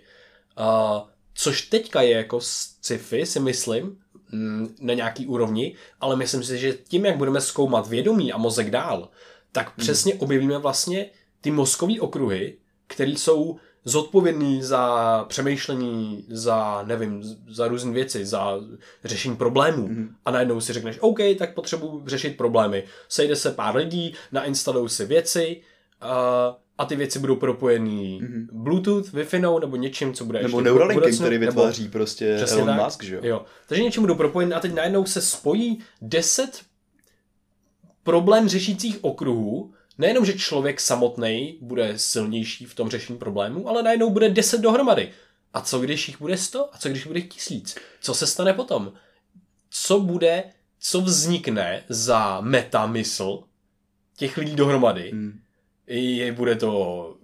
Což teďka je jako sci-fi, si myslím, na nějaký úrovni, ale myslím si, že tím, jak budeme zkoumat vědomí a mozek dál, tak přesně objevíme vlastně ty mozkové okruhy, které jsou zodpovědný za přemýšlení, za, nevím, za různé věci, za řešení problémů. A najednou si řekneš, OK, tak potřebuji řešit problémy. Sejde se pár lidí, nainstalují si věci a ty věci budou propojený Bluetooth, Wi-Fi nebo něčím, co bude nebo ještě Neuralinkem, který vytváří prostě Elon Musk, že jo? Takže něčím budou propojený a teď najednou se spojí 10 problém řešících okruhů. Nejenom, že člověk samotný bude silnější v tom řešení problému, ale najednou bude 10 dohromady. A co když jich bude 100? A co když bude 1000? Co se stane potom? Co vznikne za metamysl těch lidí dohromady? Bude to...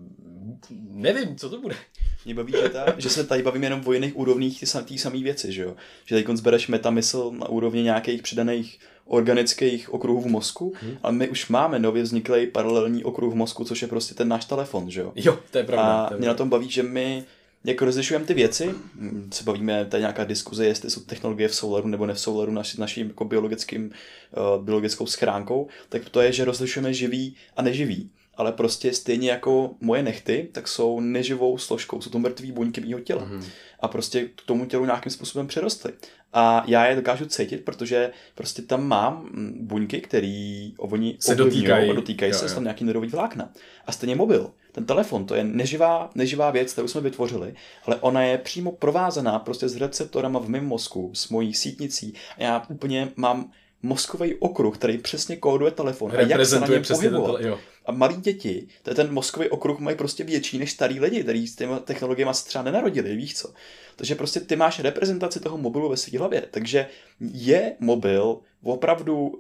Nevím, co to bude. Mě baví, že se tady bavíme jenom o jiných úrovních té samé věci, že jo? Že teď zbereš metamysl na úrovni nějakých přidaných organických okruhů v mozku, ale my už máme nově vzniklý paralelní okruh v mozku, což je prostě ten náš telefon, že jo? Jo, to je pravda. A mě na tom baví, že my jak rozlišujeme ty věci, se bavíme, tady nějaká diskuze, jestli jsou technologie v souladu nebo ne v souladu naším jako biologickou schránkou, tak to je, že rozlišujeme živý a neživý. Ale prostě stejně jako moje nehty, tak jsou neživou složkou, jsou to mrtvý buňky mýho těla. A prostě k tomu tělu nějakým způsobem přirostly. A já je dokážu cítit, protože prostě tam mám buňky, které oni se dotýkají se, tam nějaký nervový vlákna. A stejně mobil, ten telefon, to je neživá věc, kterou jsme vytvořili, ale ona je přímo provázaná prostě s receptorama v mém mozku, s mojí sítnicí. A já úplně mám mozkový okruh, který přesně kóduje telefon a jak se na něm pohybovat. A malí děti, to je ten mozkový okruh, mají prostě větší než starý lidi, kteří s těmi technologiemi se třeba nenarodili, víš co. Takže prostě ty máš reprezentaci toho mobilu ve své hlavě, takže je mobil opravdu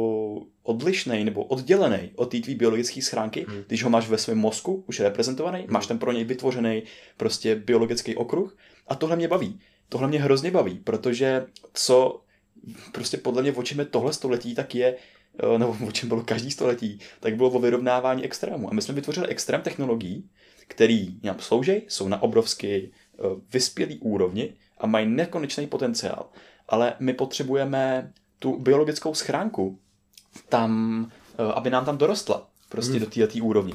odlišný nebo oddělený od té tvý biologické schránky, když ho máš ve svém mozku, už je reprezentovaný, máš tam pro něj vytvořený prostě biologický okruh a tohle mě baví. Tohle mě hrozně baví, protože co prostě podle mě o čem je tohle století, tak je, nebo o čem bylo každý století, tak bylo o vyrovnávání extrému. A my jsme vytvořili extrém technologií, který nám slouží, jsou na obrovský vyspělý úrovni a mají nekonečný potenciál. Ale my potřebujeme tu biologickou schránku tam, aby nám tam dorostla prostě do této úrovni.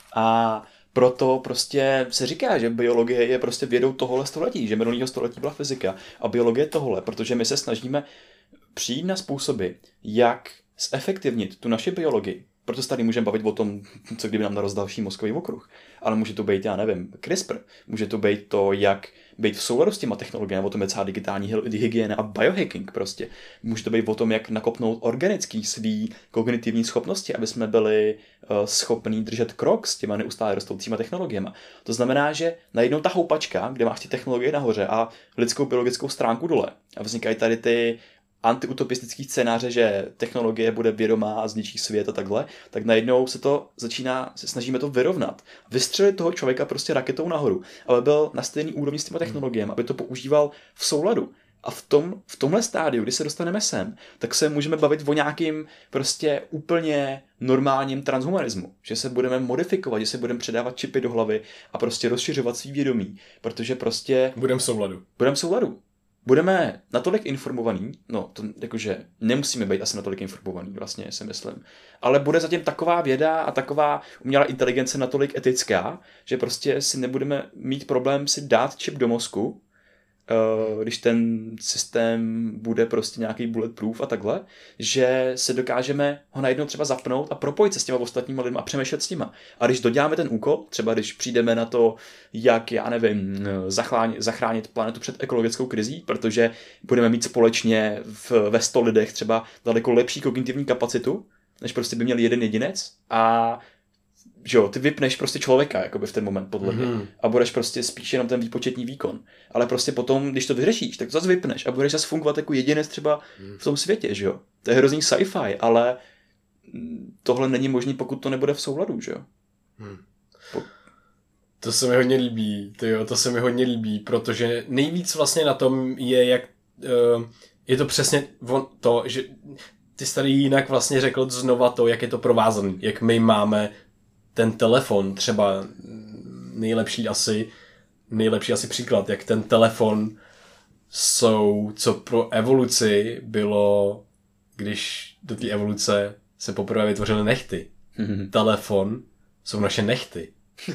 A proto prostě se říká, že biologie je prostě vědou tohohle století, že minulého století byla fyzika a biologie tohle, protože my se snažíme přijít na způsoby, jak zefektivnit tu naši biologii. Proto se tady můžeme bavit o tom, co kdyby nám narost další mozkový okruh. Ale může to být, já nevím, CRISPR. Může to být to, jak být v souladu s těma technologiemi, o tom je celá digitální hygiena a biohacking prostě. Může to být o tom, jak nakopnout organický svý kognitivní schopnosti, aby jsme byli schopní držet krok s těma neustále rostoucíma technologiemi. To znamená, že najednou ta houpačka, kde máš ty technologie nahoře a lidskou biologickou stránku dole. A vznikají tady ty antiutopistický scénáře, že technologie bude vědomá a zničí svět a takhle, tak najednou se snažíme to vyrovnat. Vystřelit toho člověka prostě raketou nahoru, aby byl na stejný úrovni s těma technologiemi, aby to používal v souladu. A v tomhle stádiu, kdy se dostaneme sem, tak se můžeme bavit o nějakým prostě úplně normálním transhumanismu. Že se budeme modifikovat, že se budeme předávat čipy do hlavy a prostě rozšiřovat svý vědomí. Protože prostě... Budeme v souladu. Budeme natolik informovaný, no to jakože nemusíme být asi natolik informovaný, vlastně si myslím, ale bude zatím taková věda a taková umělá inteligence natolik etická, že prostě si nebudeme mít problém si dát čip do mozku, když ten systém bude prostě nějaký bulletproof a takhle, že se dokážeme ho najednou třeba zapnout a propojit se s těma ostatníma lidmi a přemýšlet s nima. A když doděláme ten úkol, třeba když přijdeme na to, jak, já nevím, zachránit planetu před ekologickou krizí, protože budeme mít společně ve 100 lidech třeba daleko lepší kognitivní kapacitu, než prostě by měl jeden jedinec a že jo, ty vypneš prostě člověka jakoby v ten moment podle mě a budeš prostě spíš jenom ten výpočetní výkon. Ale prostě potom, když to vyřešíš, tak to zase vypneš a budeš zase fungovat jako jedinec třeba v tom světě, že jo. To je hrozný sci-fi, ale tohle není možné, pokud to nebude v souladu, že jo. To se mi hodně líbí, protože nejvíc vlastně na tom je, jak je to přesně to, že ty jsi tady jinak vlastně řekl znova to, jak je to provázaný, jak my máme ten telefon, třeba nejlepší asi příklad, jak ten telefon co pro evoluci bylo, když do té evoluce se poprvé vytvořily nehty. Telefon jsou naše nehty.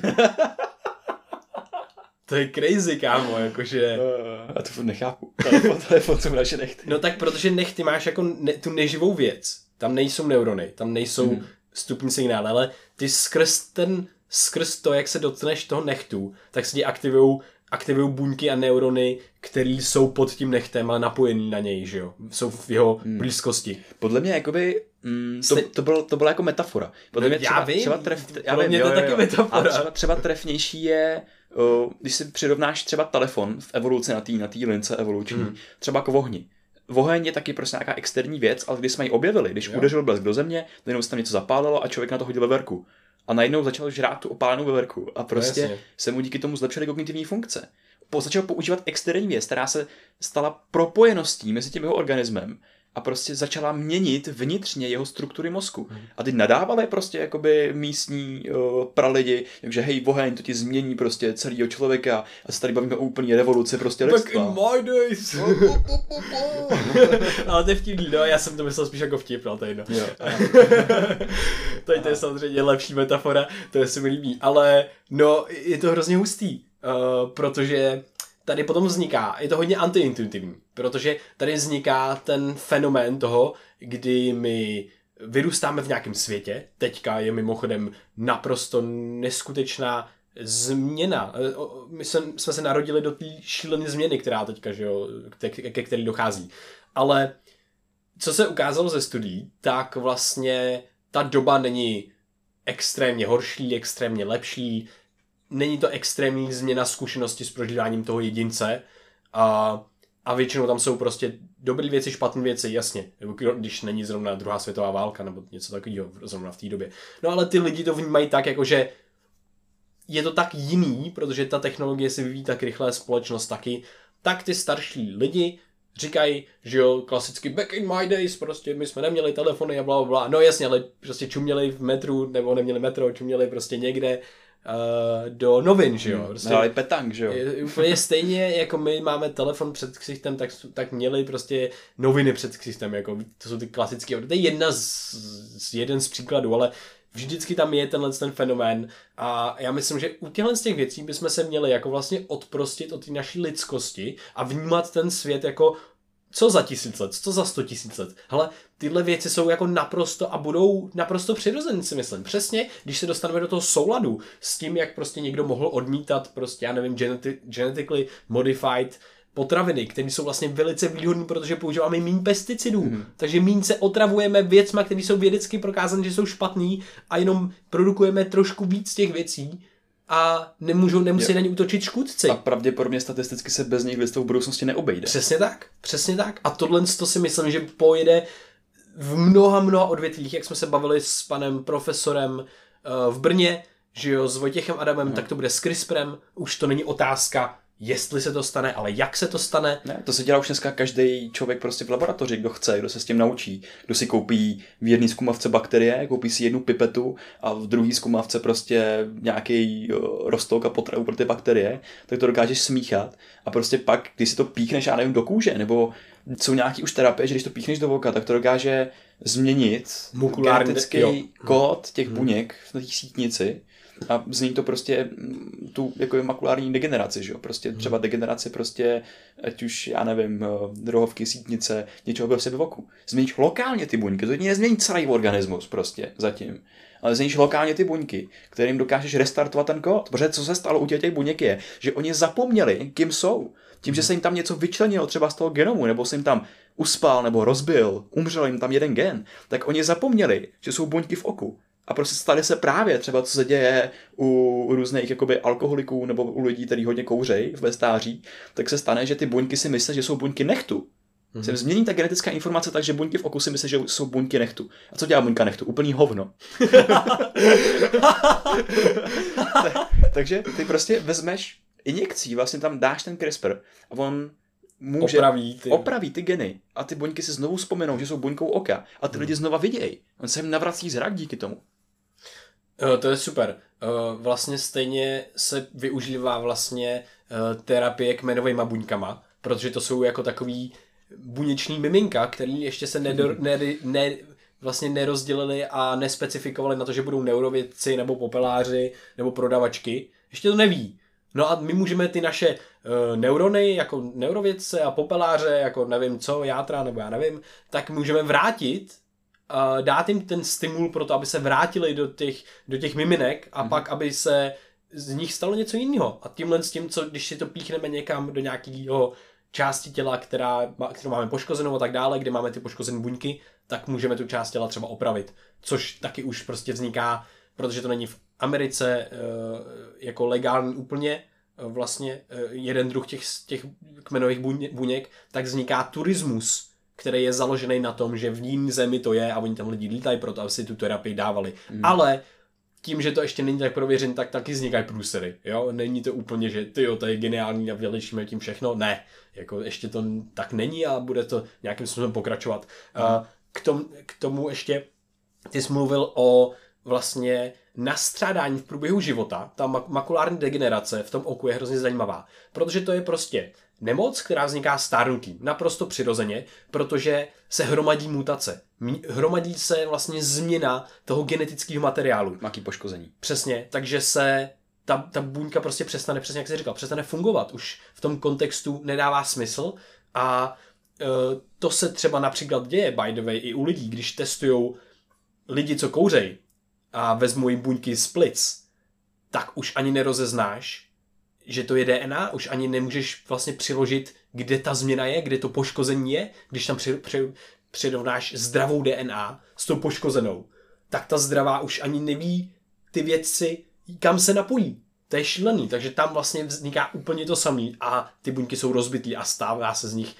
To je crazy, kámo, jakože... Já to nechápu. Telefon jsou naše nehty. No tak, protože nehty máš jako tu neživou věc. Tam nejsou neurony, tam nejsou vstupní signály, ale ty skrz to, jak se dotkneš toho nehtu, tak se ti aktivují buňky a neurony, které jsou pod tím nehtem a napojený na něj, že jo? Jsou v jeho blízkosti. Podle mě jakoby to byla jako metafora. Podle mě třeba trefnější je, když si přirovnáš třeba telefon v evoluci na té lince evoluční, třeba k ohni. Oheň je taky prostě nějaká externí věc, ale když jsme ji objevili, když udeřil blesk do země, najednou se tam něco zapálilo a člověk na to hodil veverku. A najednou začal žrát tu opálenou veverku a prostě se mu díky tomu zlepšily kognitivní funkce. Začal používat externí věc, která se stala propojeností mezi tím jeho organismem a prostě začala měnit vnitřně jeho struktury mozku. A ty nadávali prostě jakoby místní pralidi, takže hej, oheň, to ti změní prostě celýho člověka a se tady bavíme o úplný revoluci prostě lidstva. Back in my days. Ale to je vtipný, no, já jsem to myslel spíš jako vtip, no, to je jedno. Tady to je samozřejmě lepší metafora, to se mi líbí, ale no, je to hrozně hustý, protože tady potom vzniká, je to hodně antiintuitivní, protože tady vzniká ten fenomén toho, kdy my vyrůstáme v nějakém světě, teďka je mimochodem naprosto neskutečná změna. My jsme se narodili do té šílené změny, která teďka, že jo, ke který dochází. Ale co se ukázalo ze studií, tak vlastně ta doba není extrémně horší, extrémně lepší, není to extrémní změna zkušenosti s prožíváním toho jedince a většinou tam jsou prostě dobré věci, špatné věci, jasně, když není zrovna druhá světová válka nebo něco takového zrovna v té době. No ale ty lidi to vnímají tak, jakože je to tak jiný, protože ta technologie se vyvíjí tak rychle, společnost taky, tak ty starší lidi říkají, že jo, klasicky back in my days, prostě my jsme neměli telefony a blablabla, no jasně, ale prostě čuměli v metru, nebo neměli metro, čuměli prostě někde do novin, že jo. Prostě dali petang, že jo. Úplně stejně, jako my máme telefon před ksichtem, tak měli prostě noviny před ksichtem, jako to jsou ty klasické, to je jeden z příkladů, ale vždycky tam je ten fenomén a já myslím, že u těchto z těch věcí bychom se měli jako vlastně odprostit od té naší lidskosti a vnímat ten svět jako co za 1000 let, co za 100 000 let. Hele, tyhle věci jsou jako naprosto a budou naprosto přirozený, si myslím. Přesně, když se dostaneme do toho souladu s tím, jak prostě někdo mohl odmítat prostě, já nevím, genetically modified potraviny, které jsou vlastně velice výhodné, protože používáme méně pesticidů. Takže méně se otravujeme věcma, které jsou vědecky prokázané, že jsou špatný a jenom produkujeme trošku víc těch věcí a nemusí na ně útočit škůdci. A pravděpodobně statisticky se bez nich lidstvo v budoucnosti neobejde. Přesně tak. A tohle to si myslím, že pojede v mnoha odvětvích, jak jsme se bavili s panem profesorem v Brně, že jo, s Vojtěchem Adamem, tak to bude s CRISPRem, už to není otázka jestli se to stane, ale jak se to stane. Ne, to se dělá už dneska každý člověk prostě v laboratoři, kdo chce, kdo se s tím naučí. Kdo si koupí v jedné zkumavce bakterie, koupí si jednu pipetu a v druhé zkumavce prostě nějaký rostok a potravu pro ty bakterie, tak to dokážeš smíchat a prostě pak, když si to píchneš, já nevím, do kůže, nebo jsou nějaký už terapie, že když to píchneš do voka, tak to dokáže změnit genetický kód těch buněk v té sítnici a změní to prostě tu jako makulární degeneraci, že jo? Prostě třeba degeneraci prostě, ať už, já nevím, rohovky, sítnice, něčeho prostě ve voku. Změníš lokálně ty buňky, to nezmění celý organismus prostě zatím. Ale změníš lokálně ty buňky, kterým dokážeš restartovat ten kód. Protože co se stalo u těch buněk je, že oni zapomněli, kým jsou. Tím, že se jim tam něco vyčlenilo třeba z toho genomu, nebo se jim tam uspal, nebo rozbil, umřel jim tam jeden gen, tak oni zapomněli, že jsou buňky v oku. A prostě stane se právě třeba, co se děje u různých jakoby alkoholiků nebo u lidí, kteří hodně kouřejí ve stáří, tak se stane, že ty buňky si myslí, že jsou buňky nechtu. Se změní ta genetická informace tak, že buňky v oku si myslí, že jsou buňky nechtu. A co dělá buňka nechtu? Úplný hovno. Takže ty prostě vezmeš injekcí, vlastně tam dáš ten CRISPR a on může opraví ty geny a ty buňky si znovu vzpomenou, že jsou buňkou oka a ty lidi znova vidějí. On se jim navrací zrak díky tomu. To je super. Vlastně stejně se využívá vlastně terapie kmenovýma buňkama, protože to jsou jako takový buněční miminka, který ještě se vlastně nerozdělili a nespecifikovali na to, že budou neurovědci nebo popeláři nebo prodavačky. Ještě to neví. No a my můžeme ty naše neurony jako neurovědce a popeláře, jako nevím co, játra nebo já nevím, tak můžeme vrátit, dát jim ten stimul pro to, aby se vrátili do těch miminek a pak, aby se z nich stalo něco jiného. A tímhle s tím, co když si to píchneme někam do nějakého části těla, kterou máme poškozenou a tak dále, kde máme ty poškozené buňky, tak můžeme tu část těla třeba opravit. Což taky už prostě vzniká, protože to není v Americe jako legální úplně, vlastně jeden druh těch kmenových buněk, tak vzniká turismus, který je založený na tom, že v jiné zemi to je a oni tam lidi lítají proto, aby si tu terapii dávali. Ale tím, že to ještě není tak prověřen, tak taky vznikají průsery. Jo? Není to úplně, že to je geniální a vylepšíme tím všechno. Ne, jako ještě to tak není a bude to nějakým způsobem pokračovat. K tomu ještě ty jsi mluvil o vlastně nastřádání v průběhu života. Ta makulární degenerace v tom oku je hrozně zajímavá, protože to je prostě nemoc, která vzniká stárnutím, naprosto přirozeně, protože se hromadí mutace. Hromadí se vlastně změna toho genetického materiálu. Nějaký poškození. Přesně, takže se ta buňka prostě přestane, přesně jak jsi říkal, přestane fungovat. Už v tom kontextu nedává smysl a to se třeba například děje, by the way, i u lidí, když testujou lidi, co kouřej a vezmu jim buňky z plic, tak už ani nerozeznáš, že to je DNA, už ani nemůžeš vlastně přiložit, kde ta změna je, kde to poškození je, když tam přirovnáš zdravou DNA s tou poškozenou, tak ta zdravá už ani neví ty věci, kam se napojí. To je šílený, takže tam vlastně vzniká úplně to samé a ty buňky jsou rozbitý a stává se z nich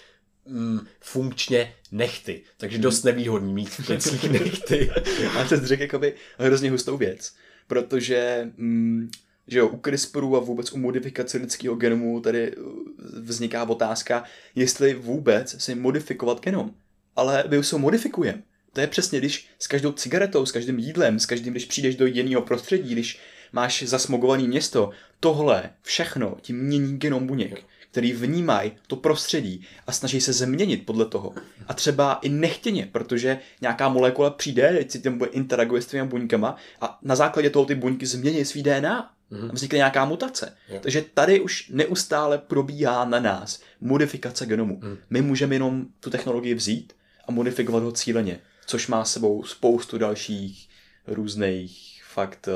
funkčně nechty. Takže dost nevýhodný mít v plicích nechty. A to řekl jakoby hrozně hustou věc, protože že jo, u CRISPRu a vůbec u modifikace lidského genomu tady vzniká otázka, jestli vůbec si modifikovat genom. Ale my už se modifikujeme. To je přesně, když s každou cigaretou, s každým jídlem, s každým, když přijdeš do jiného prostředí, když máš zasmogované město, tohle všechno ti mění genom buněk, který vnímají to prostředí a snaží se změnit podle toho. A třeba i nechtěně, protože nějaká molekula přijde, teď si tím bude interaguje s těmi buňkama a na základě toho ty buňky změní svý DNA. A vznikne nějaká mutace. Takže tady už neustále probíhá na nás modifikace genomu. My můžeme jenom tu technologii vzít a modifikovat ho cíleně, což má s sebou spoustu dalších různých fakt,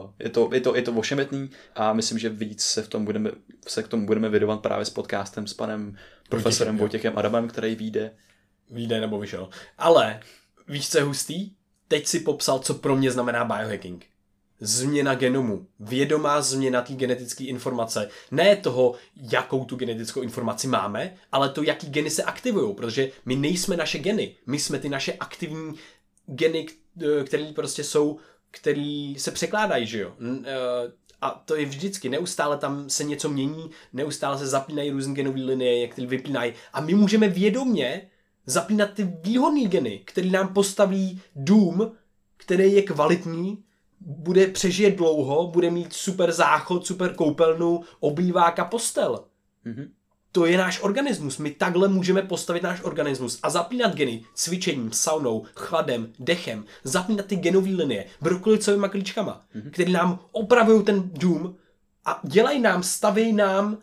je to ošemetný a myslím, že víc se k tomu budeme věnovat právě s podcastem s panem profesorem Vojtěchem Adamem, který vyjde nebo vyšel. Ale víš, co je hustý? Teď si popsal, co pro mě znamená biohacking. Změna genomu, vědomá změna té genetické informace. Ne toho, jakou tu genetickou informaci máme, ale to, jaký geny se aktivují, protože my nejsme naše geny. My jsme ty naše aktivní geny, které prostě jsou který se překládají, že jo. A to je vždycky, neustále tam se něco mění, neustále se zapínají různé genové linie, jak ty vypínají. A my můžeme vědomě zapínat ty výhodné geny, který nám postaví dům, který je kvalitní, přežije dlouho, bude mít super záchod, super koupelnu, obývák a postel. Mm-hmm. To je náš organismus. My takhle můžeme postavit náš organismus a zapínat geny cvičením, saunou, chladem, dechem, zapínat ty genové linie, brokolicovými klíčkama, které nám opravují ten dům a dělají nám, staví nám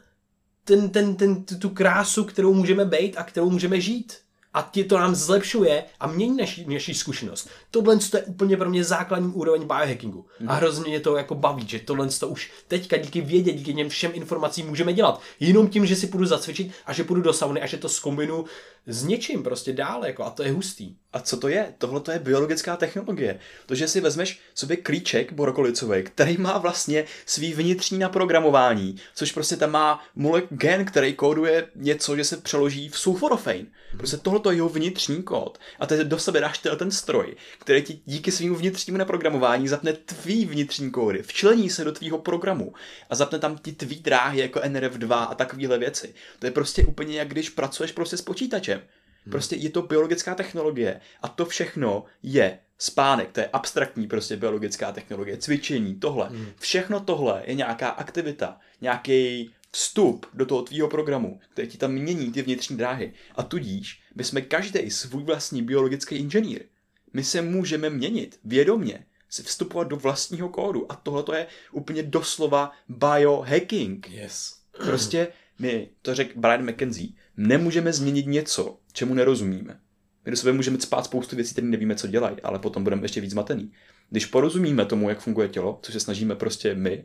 tu krásu, kterou můžeme být a kterou můžeme žít. A to nám zlepšuje a mění naši zkušenost. Tohle je úplně pro mě základní úroveň biohackingu. A hrozně mě to jako baví, že tohle už teďka díky vědě, díky něm všem informacím můžeme dělat. Jenom tím, že si půjdu zacvičit a že půjdu do sauny a že to zkombinu s něčím prostě dál. Jako, a to je hustý. A co to je? Tohle to je biologická technologie. To, že si vezmeš sobě klíček brokolicový, který má vlastně svý vnitřní naprogramování, což prostě tam má gen, který kóduje něco, že se přeloží v sulforofein. Prostě tohle je jeho vnitřní kód. A teď do sebe dáš ten stroj, který ti díky svému vnitřnímu naprogramování zapne tvý vnitřní kódy, včlení se do tvýho programu a zapne tam ti tvý dráhy jako NRF2 a takovéhle věci. To je prostě úplně jak když pracuješ prostě s počítačem. Prostě je to biologická technologie a to všechno je spánek, to je abstraktní prostě biologická technologie, cvičení, tohle. Všechno tohle je nějaká aktivita, nějaký vstup do toho tvýho programu, který ti tam mění ty vnitřní dráhy. A tudíž my jsme každý svůj vlastní biologický inženýr. My se můžeme měnit vědomě, si vstupovat do vlastního kódu a tohle to je úplně doslova biohacking. Yes. Prostě my, to řekl Brian McKenzie, nemůžeme změnit něco, čemu nerozumíme. My do sebe můžeme cpát spoustu věcí, které nevíme, co dělají, ale potom budeme ještě víc zmatený. Když porozumíme tomu, jak funguje tělo, což se snažíme prostě my,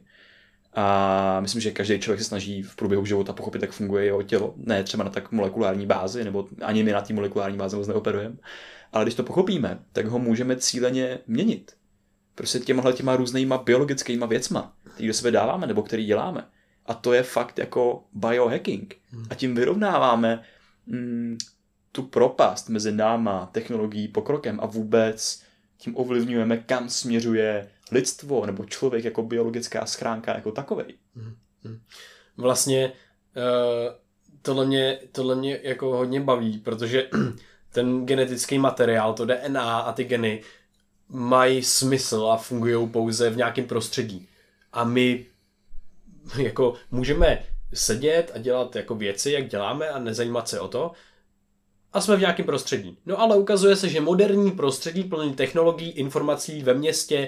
a myslím, že každý člověk se snaží v průběhu života pochopit, jak funguje jeho tělo. Ne třeba na tak molekulární bázi, nebo ani my na té molekulární bázi moc neoperujeme. Ale když to pochopíme, tak ho můžeme cíleně měnit. Prostě těma různýma biologickýma věcma, který do sebe dáváme, nebo který děláme. A to je fakt jako biohacking. A tím vyrovnáváme tu propast mezi náma, technologií, pokrokem a vůbec tím ovlivňujeme, kam směřuje lidstvo nebo člověk jako biologická schránka jako takovej. Vlastně tohle mě jako hodně baví, protože ten genetický materiál, to DNA a ty geny mají smysl a fungují pouze v nějakém prostředí. A my jako můžeme sedět a dělat jako věci, jak děláme a nezajímat se o to a jsme v nějakém prostředí. No ale ukazuje se, že moderní prostředí plný technologií, informací ve městě,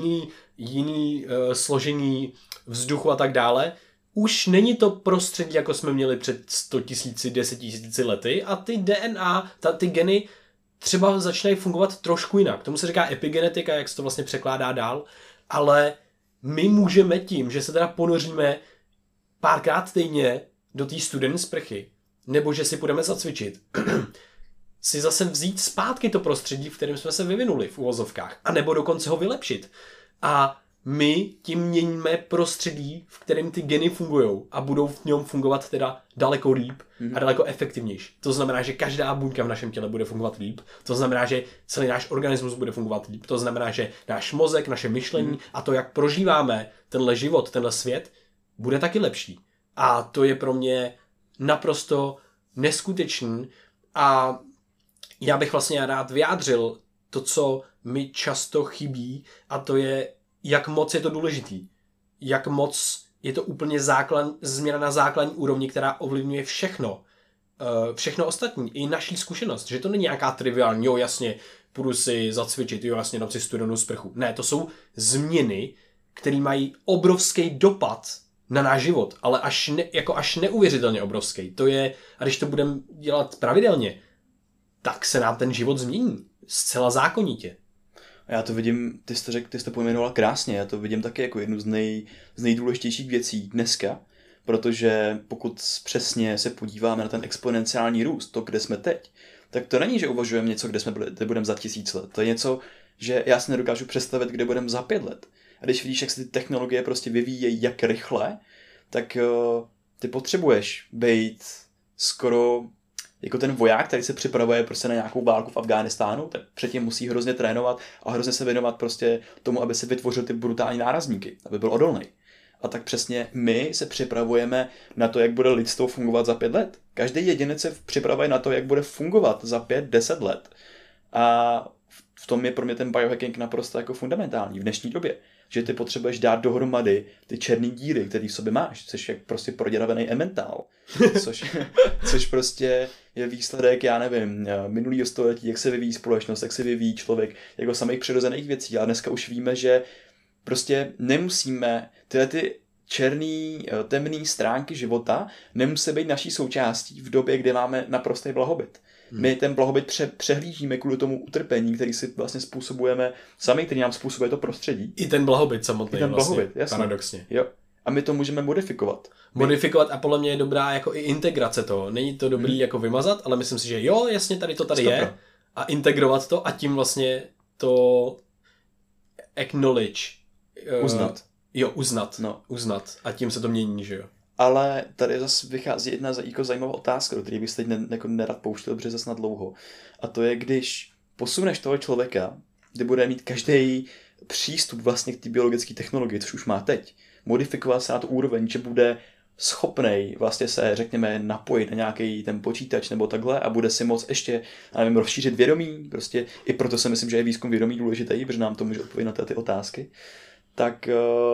jiný složení vzduchu a tak dále, už není to prostředí, jako jsme měli před 100 000, 10 000 lety a ty DNA, ty geny třeba začínají fungovat trošku jinak. Tomu se říká epigenetika, jak se to vlastně překládá dál, ale my můžeme tím, že se teda ponoříme párkrát týdně do té studené sprchy, nebo že si půjdeme zacvičit, si zase vzít zpátky to prostředí, v kterém jsme se vyvinuli v uvozovkách, a nebo dokonce ho vylepšit. A my tím měníme prostředí, v kterém ty geny fungujou a budou v něm fungovat teda daleko líp a daleko efektivnější. To znamená, že každá buňka v našem těle bude fungovat líp. To znamená, že celý náš organismus bude fungovat líp. To znamená, že náš mozek, naše myšlení a to, jak prožíváme tenhle život, tenhle svět, bude taky lepší. A to je pro mě naprosto neskutečný a já bych vlastně rád vyjádřil to, co mi často chybí, a to je, jak moc je to důležitý. Jak moc je to úplně změna na základní úrovni, která ovlivňuje všechno. Všechno ostatní. I naší zkušenost. Že to není nějaká triviální, jo jasně, půjdu si zacvičit, jo jasně, dám si studenou sprchu. Ne, to jsou změny, které mají obrovský dopad na náš život, ale až neuvěřitelně obrovský. To je, a když to budeme dělat pravidelně, tak se nám ten život změní. Zcela zákonitě. Já to vidím, ty jsi to pojmenoval krásně, já to vidím taky jako jednu z nejdůležitějších věcí dneska, protože pokud přesně se podíváme na ten exponenciální růst, to, kde jsme teď, tak to není, že uvažujeme něco, kde budeme za 1000 let. To je něco, že já si nedokážu představit, kde budeme za 5 let. A když vidíš, jak se ty technologie prostě vyvíjejí, jak rychle, tak ty potřebuješ být skoro Jako ten voják, který se připravuje prostě na nějakou válku v Afghánistánu, tak předtím musí hrozně trénovat a hrozně se věnovat prostě tomu, aby se vytvořil ty brutální nárazníky, aby byl odolný. A tak přesně my se připravujeme na to, jak bude lidstvo fungovat za 5 let. Každý jedinec se připravuje na to, jak bude fungovat za 5-10 let. A v tom je pro mě ten biohacking naprosto jako fundamentální v dnešní době. Že ty potřebuješ dát dohromady ty černý díry, který v sobě máš, což je prostě proděravený emmentál. Což prostě je výsledek, já nevím, minulého století, jak se vyvíjí společnost, jak se vyvíjí člověk, jako samých přirozených věcí. A dneska už víme, že prostě nemusíme tyhle ty černý, temný stránky života nemusí být naší součástí v době, kdy máme naprostý blahobyt. My ten blahobyt přehlížíme kvůli tomu utrpení, který si vlastně způsobujeme sami, který nám způsobuje to prostředí. I ten blahobyt samotný. I ten vlastně, blahobyt, jasně. Paradoxně. Jo. A my to můžeme modifikovat. Modifikovat a podle mě je dobrá jako i integrace toho. Není to dobrý jako vymazat, ale myslím si, že jo, jasně tady to tady je. A integrovat to a tím vlastně to acknowledge. Uznat. Jo, uznat. No. Uznat. A tím se to mění, že jo. Ale tady zase vychází jedna jako zajímavá otázka, do které bych se teď jako nerad pouštěl, protože zase na dlouho. A to je, když posuneš toho člověka, kdy bude mít každý přístup vlastně k té biologické technologii, což už má teď, modifikovat se na tu úroveň, že bude schopnej vlastně se, řekněme, napojit na nějaký ten počítač nebo takhle a bude si moct ještě, nevím, rozšířit vědomí, prostě i proto si myslím, že je výzkum vědomí důležitý, protože nám to může odpovědět na ty otázky, tak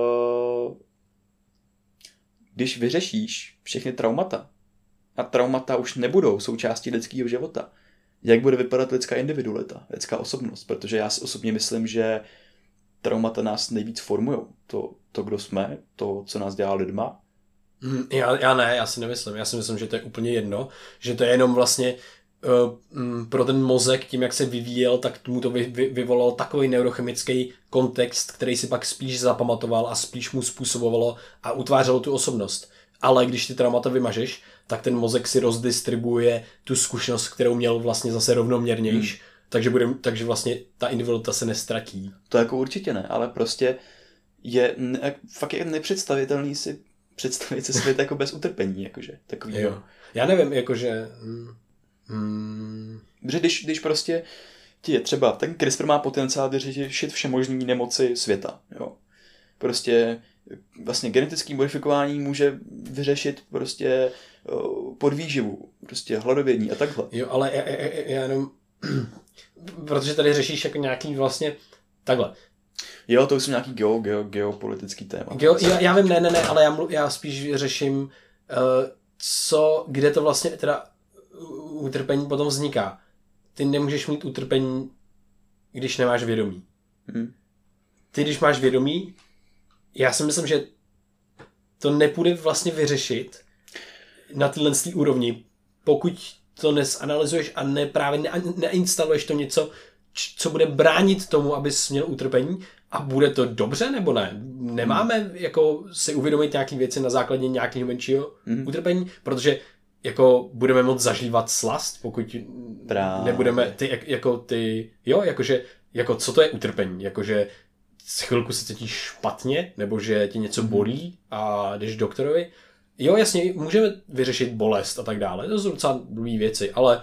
když vyřešíš všechny traumata a traumata už nebudou součástí lidského života, jak bude vypadat lidská individualita, lidská osobnost, protože já si osobně myslím, že traumata nás nejvíc formujou. To, kdo jsme, to, co nás dělá lidma. Já si nemyslím. Já si myslím, že to je úplně jedno, že to je jenom vlastně pro ten mozek, tím, jak se vyvíjel, tak mu to vyvolalo takový neurochemický kontext, který si pak spíš zapamatoval a spíš mu způsobovalo a utvářelo tu osobnost. Ale když ty traumata vymažeš, tak ten mozek si rozdistribuje tu zkušenost, kterou měl vlastně zase rovnoměrnější. Takže vlastně ta individualita se nestratí. To jako určitě ne, ale prostě fakt je nepředstavitelný si představit si svět jako bez utrpení, jakože takový. Jo. Já nevím, jakože Protože když prostě ti je třeba, ten CRISPR má potenciál vyřešit všemožný nemoci světa, jo. Prostě vlastně genetické modifikování může vyřešit prostě podvýživu, prostě hladovění a takhle. Jo, ale já jenom protože tady řešíš jako nějaký vlastně takhle. Jo, to už jsou nějaký geopolitický téma. Já vím, ne, ale já spíš řeším, kde to vlastně teda utrpení potom vzniká. Ty nemůžeš mít utrpení, když nemáš vědomí. Ty, když máš vědomí, já si myslím, že to nepůjde vlastně vyřešit na téhle úrovni, pokud to nezanalyzuješ a právě neinstaluješ to něco, co bude bránit tomu, abys měl utrpení a bude to dobře nebo ne? Nemáme jako si uvědomit nějaké věci na základě nějakého menšího utrpení, protože jako budeme moct zažívat slast, pokud nebudeme jako co to je utrpení, jakože chvilku se cítíš špatně, nebo že ti něco bolí a jdeš k doktorovi. Jo, jasně, můžeme vyřešit bolest a tak dále, to jsou docela dobrý věci, ale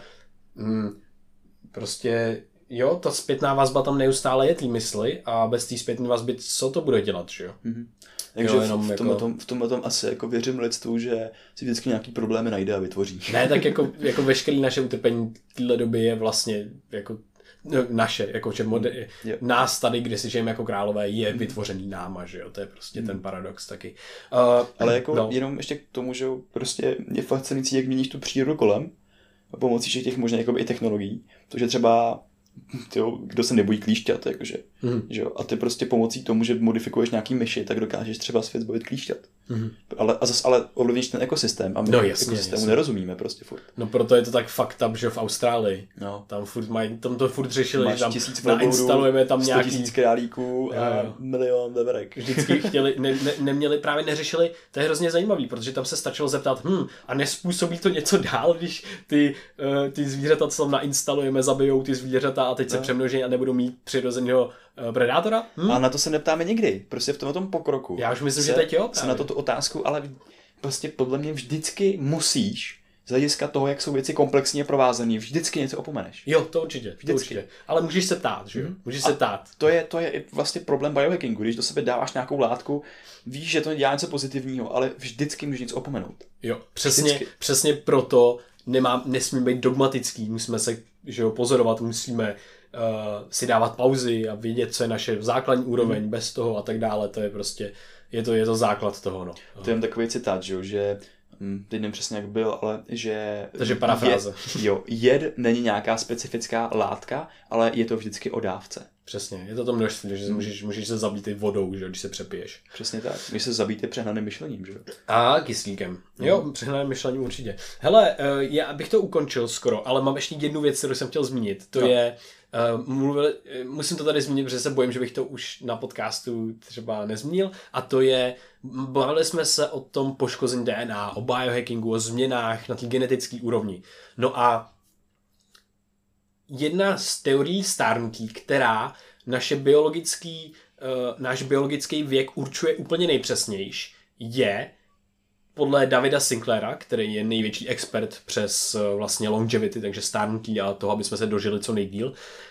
prostě jo, ta zpětná vazba tam neustále je té mysli a bez té zpětné vazby co to bude dělat, že jo? Takže v tomhle asi jako věřím lidstvu, že si vždycky nějaký problémy najde a vytvoří. Ne, tak jako veškeré naše utrpení v téhle době je vlastně jako naše, jako nás tady, kde si žijeme jako králové, je vytvořený náma, že jo, to je prostě ten paradox taky. Ale jako jenom ještě k tomu, že prostě je fascinující, jak měníš tu přírodu kolem a pomocí všech těch možných i technologií, protože třeba kdo se nebojí klíšťat, jakože, že jo? A ty prostě pomocí tomu, že modifikuješ nějaký myši, tak dokážeš třeba svět zbavit klíšťat. Ale ovlivníš ten ekosystém a my ekosystému nerozumíme prostě furt. No proto je to tak fucked up, že v Austrálii. No. Tam to furt řešili, že tam nainstalujeme tam nějaký 100 000 králíků a milion veverek. Vždycky neřešili, to je hrozně zajímavý, protože tam se stačilo zeptat, a nespůsobí to něco dál, když ty zvířata, co tam nainstalujeme, zabijou ty zvířata a teď se přemnoží a nebudou mít přirozeného predátora? A na to se neptáme nikdy. Prostě v tom pokroku. Já už myslím, že teď jo. Se na to tu otázku, ale prostě podle mě vždycky musíš z hlediska toho, jak jsou věci komplexně provázané, vždycky něco opomeneš. Jo, to určitě. Ale můžeš se ptát, že jo? Můžeš se ptát. To je vlastně problém biohackingu, když do sebe dáváš nějakou látku, víš, že to dělá něco pozitivního, ale vždycky můžeš něco opomenout. Jo, přesně proto nesmíme být dogmatický, musíme se, že jo, pozorovat, musíme si dávat pauzy a vědět, co je naše základní úroveň bez toho a tak dále, to je prostě, je to základ toho, no. To je jen takový citát, že teď nevím přesně, jak byl, ale že... Takže parafráze. Jed není nějaká specifická látka, ale je to vždycky o dávce. Přesně, je to množství, že můžeš se zabít i vodou, že, když se přepiješ. Přesně tak, když se zabít přehnaným myšlením, že? A kyslíkem. Jo, přehnaným myšlením určitě. Hele, já bych to ukončil skoro, ale mám ještě jednu věc, kterou jsem chtěl zmínit. To je, musím to tady zmínit, protože se bojím, že bych to už na podcastu třeba nezmínil, a to je, bavili jsme se o tom poškození DNA, o biohackingu, o změnách na té genetické úrovni. No a jedna z teorií stárnutí, která náš biologický věk určuje úplně nejpřesnější, je podle Davida Sinclaira, který je největší expert přes vlastně longevity, takže stárnutí a toho, aby jsme se dožili co nejdýl,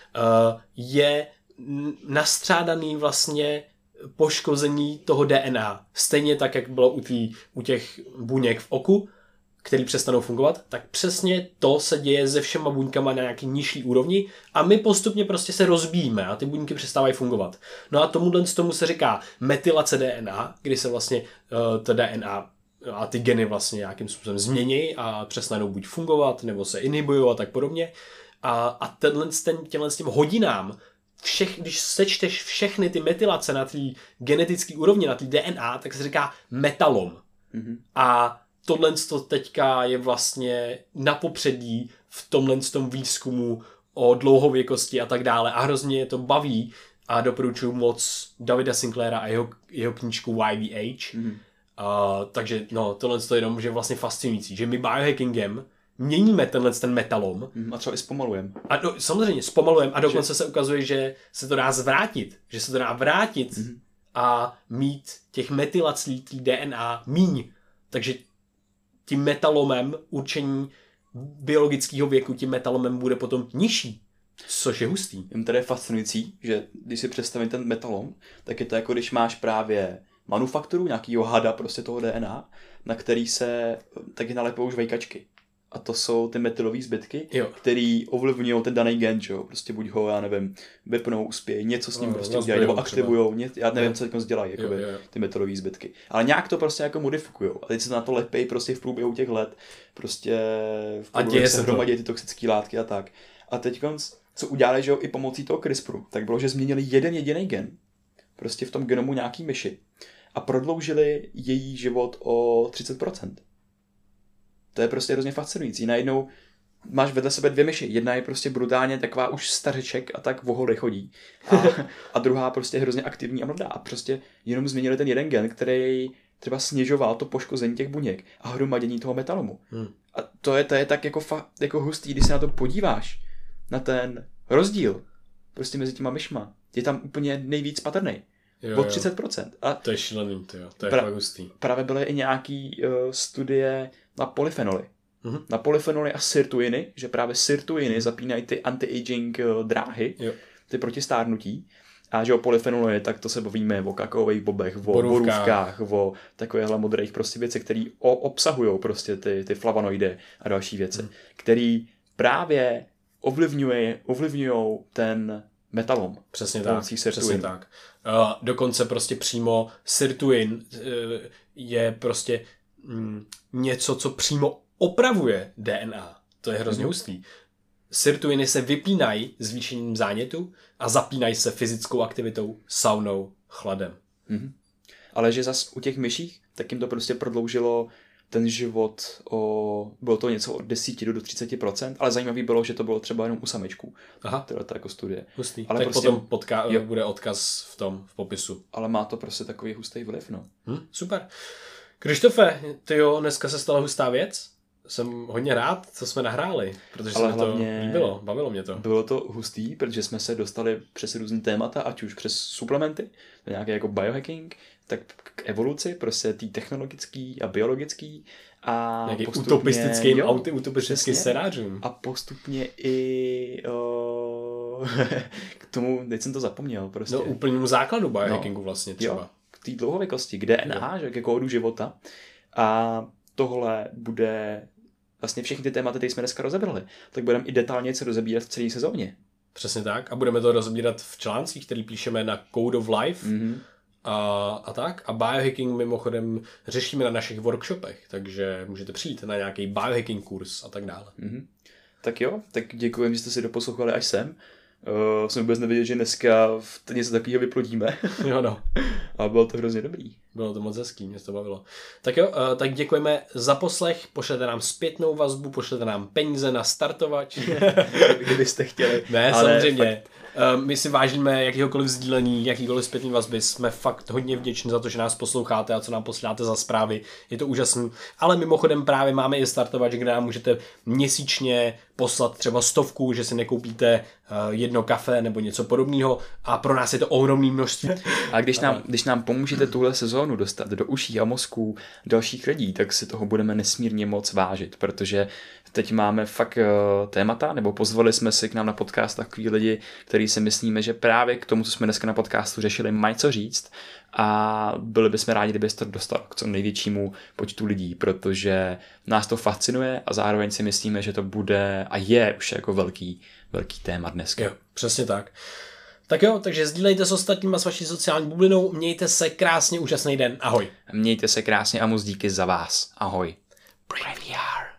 je nastřádaný vlastně poškození toho DNA. Stejně tak, jak bylo u těch buněk v oku, který přestanou fungovat, tak přesně to se děje se všema buňkama na nějaký nižší úrovni a my postupně prostě se rozbíjíme a ty buňky přestávají fungovat. No a tomu se říká metylace DNA, kdy se vlastně to DNA a ty geny vlastně nějakým způsobem změní a přestanou buď fungovat, nebo se inhibují a tak podobně. A těmhle s tím hodinám, když sečteš všechny ty metylace na té genetické úrovni, na té DNA, tak se říká metalom. Mm-hmm. A tohle teďka je vlastně na popředí v tomhle výzkumu o dlouhověkosti a tak dále a hrozně to baví a doporučuji moc Davida Sinclaira a jeho knížku Why we Age. Mm. Takže no, tohle je jenom že vlastně fascinující, že my biohackingem měníme ten metalom. A třeba i zpomalujeme. A samozřejmě zpomalujeme a dokonce se ukazuje, že se to dá zvrátit, že se to dá vrátit a mít těch metylací tý DNA míň. Takže tím metalomem určení biologického věku, tím metalomem bude potom nižší, což je hustý. Tady je fascinující, že když si představím ten metalom, tak je to jako když máš právě manufakturu, nějakýho hada prostě toho DNA, na který se taky nalepou už vejkačky. A to jsou ty metylové zbytky, které ovlivňují ten daný gen, jo? Prostě buď ho, já nevím, vypnou, uspějí, něco s ním prostě udělají, nebo aktivujou, já nevím, co teď dělají, ty metylové zbytky. Ale nějak to prostě jako modifikujou. A teď se na to lepej prostě v průběhu těch let, prostě v průběhu se hromadí ty toxické látky a tak. A teď co udělali, že jo, i pomocí toho CRISPRu, tak bylo, že změnili jeden jediný gen, prostě v tom genomu nějaký myši a prodloužili její život o 30%. To je prostě hrozně fascinující. Najednou máš vedle sebe dvě myši. Jedna je prostě brutálně taková už stařeček a tak voholy chodí. A druhá prostě hrozně aktivní a mladá. A prostě jenom změnili ten jeden gen, který třeba snižoval to poškození těch buněk a hromadění toho metalomu. A to je tak jako hustý, když se na to podíváš, na ten rozdíl prostě mezi těma myšma. Je tam úplně nejvíc patrný. O 30%. A to je šílený, to je fakt hustý. Právě byly i nějaký studie na polyfenoly. Na polyfenoly a sirtuiny, že právě sirtuiny zapínají ty anti-aging dráhy, ty proti stárnutí. A že o polyfenoly, tak to se bavíme o kakaových bobech, o borůvkách, o takovéhle modrých prostě věci, které obsahují prostě ty flavonoidy a další věci, které právě ovlivňují ten metalom. Přesně tak. Dokonce prostě přímo sirtuin je prostě něco, co přímo opravuje DNA. To je hrozně hustý. Sirtuiny se vypínají zvýšením zánětu a zapínají se fyzickou aktivitou, saunou, chladem. Ale že zas u těch myších, tak jim to prostě prodloužilo ten život bylo to něco od 10 do 30%, ale zajímavý bylo, že to bylo třeba jenom u samečků. Teda to jako studie. Hustý. Ale tak prostě, potom bude odkaz v popisu. Ale má to prostě takový hustý vliv, no. Super. Krištofe, dneska se stala hustá věc. jsem hodně rád, co jsme nahráli, protože Ale se mi to hlavně líbilo, bavilo mě to. Bylo to hustý, protože jsme se dostali přes různý témata, ať už přes suplementy, nějaký jako biohacking, tak k evoluci, prostě tý technologický a biologický a nějaký postupně, utopistickým, utopistickým scénářům. A postupně i k tomu, teď jsem to zapomněl prostě. No úplnému základu biohackingu vlastně třeba. Jo, k té dlouhověkosti, k DNA, že, ke kódu života. A tohle bude vlastně všechny ty tématy, které jsme dneska rozebrali, tak budeme i detailně se rozebírat v celé sezóně. Přesně tak. A budeme to rozebírat v článcích, který píšeme na Code of Life a tak. A biohacking mimochodem řešíme na našich workshopech, takže můžete přijít na nějaký biohacking kurz a tak dále. Tak jo, tak děkuji, že jste si doposlouchali až sem. Jsem vůbec nevěděl, že dneska něco takového vyplodíme. Jo no. A bylo to hrozně dobrý. Bylo to moc hezký, mě to bavilo. Tak jo, tak děkujeme za poslech, pošlete nám zpětnou vazbu, pošlete nám peníze na startovač. Kdybyste chtěli. Ne, ale samozřejmě. Fakt... My si vážíme jakýhokoliv sdílení, jakýkoliv zpětný vazby. Jsme fakt hodně vděční za to, že nás posloucháte a co nám posíláte za zprávy. Je to úžasný. Ale mimochodem právě máme i startovač, kde nám můžete měsíčně poslat třeba 100, že si nekoupíte jedno kafe nebo něco podobného a pro nás je to ohromný množství. A když nám pomůžete tuhle sezónu dostat do uší a mozků dalších lidí, tak si toho budeme nesmírně moc vážit, protože teď máme fakt témata, nebo pozvali jsme si k nám na podcast takový lidi, který si myslíme, že právě k tomu, co jsme dneska na podcastu řešili, mají co říct a byli bychom rádi, kdybyste to dostal k co největšímu počtu lidí, protože nás to fascinuje a zároveň si myslíme, že to bude a je už jako velký téma dneska. Jo, přesně tak. Tak jo, takže sdílejte s ostatníma s vaší sociální bublinou, mějte se krásně, úžasný den, ahoj. Mějte se krásně a moc díky za vás, ahoj. Brain VR.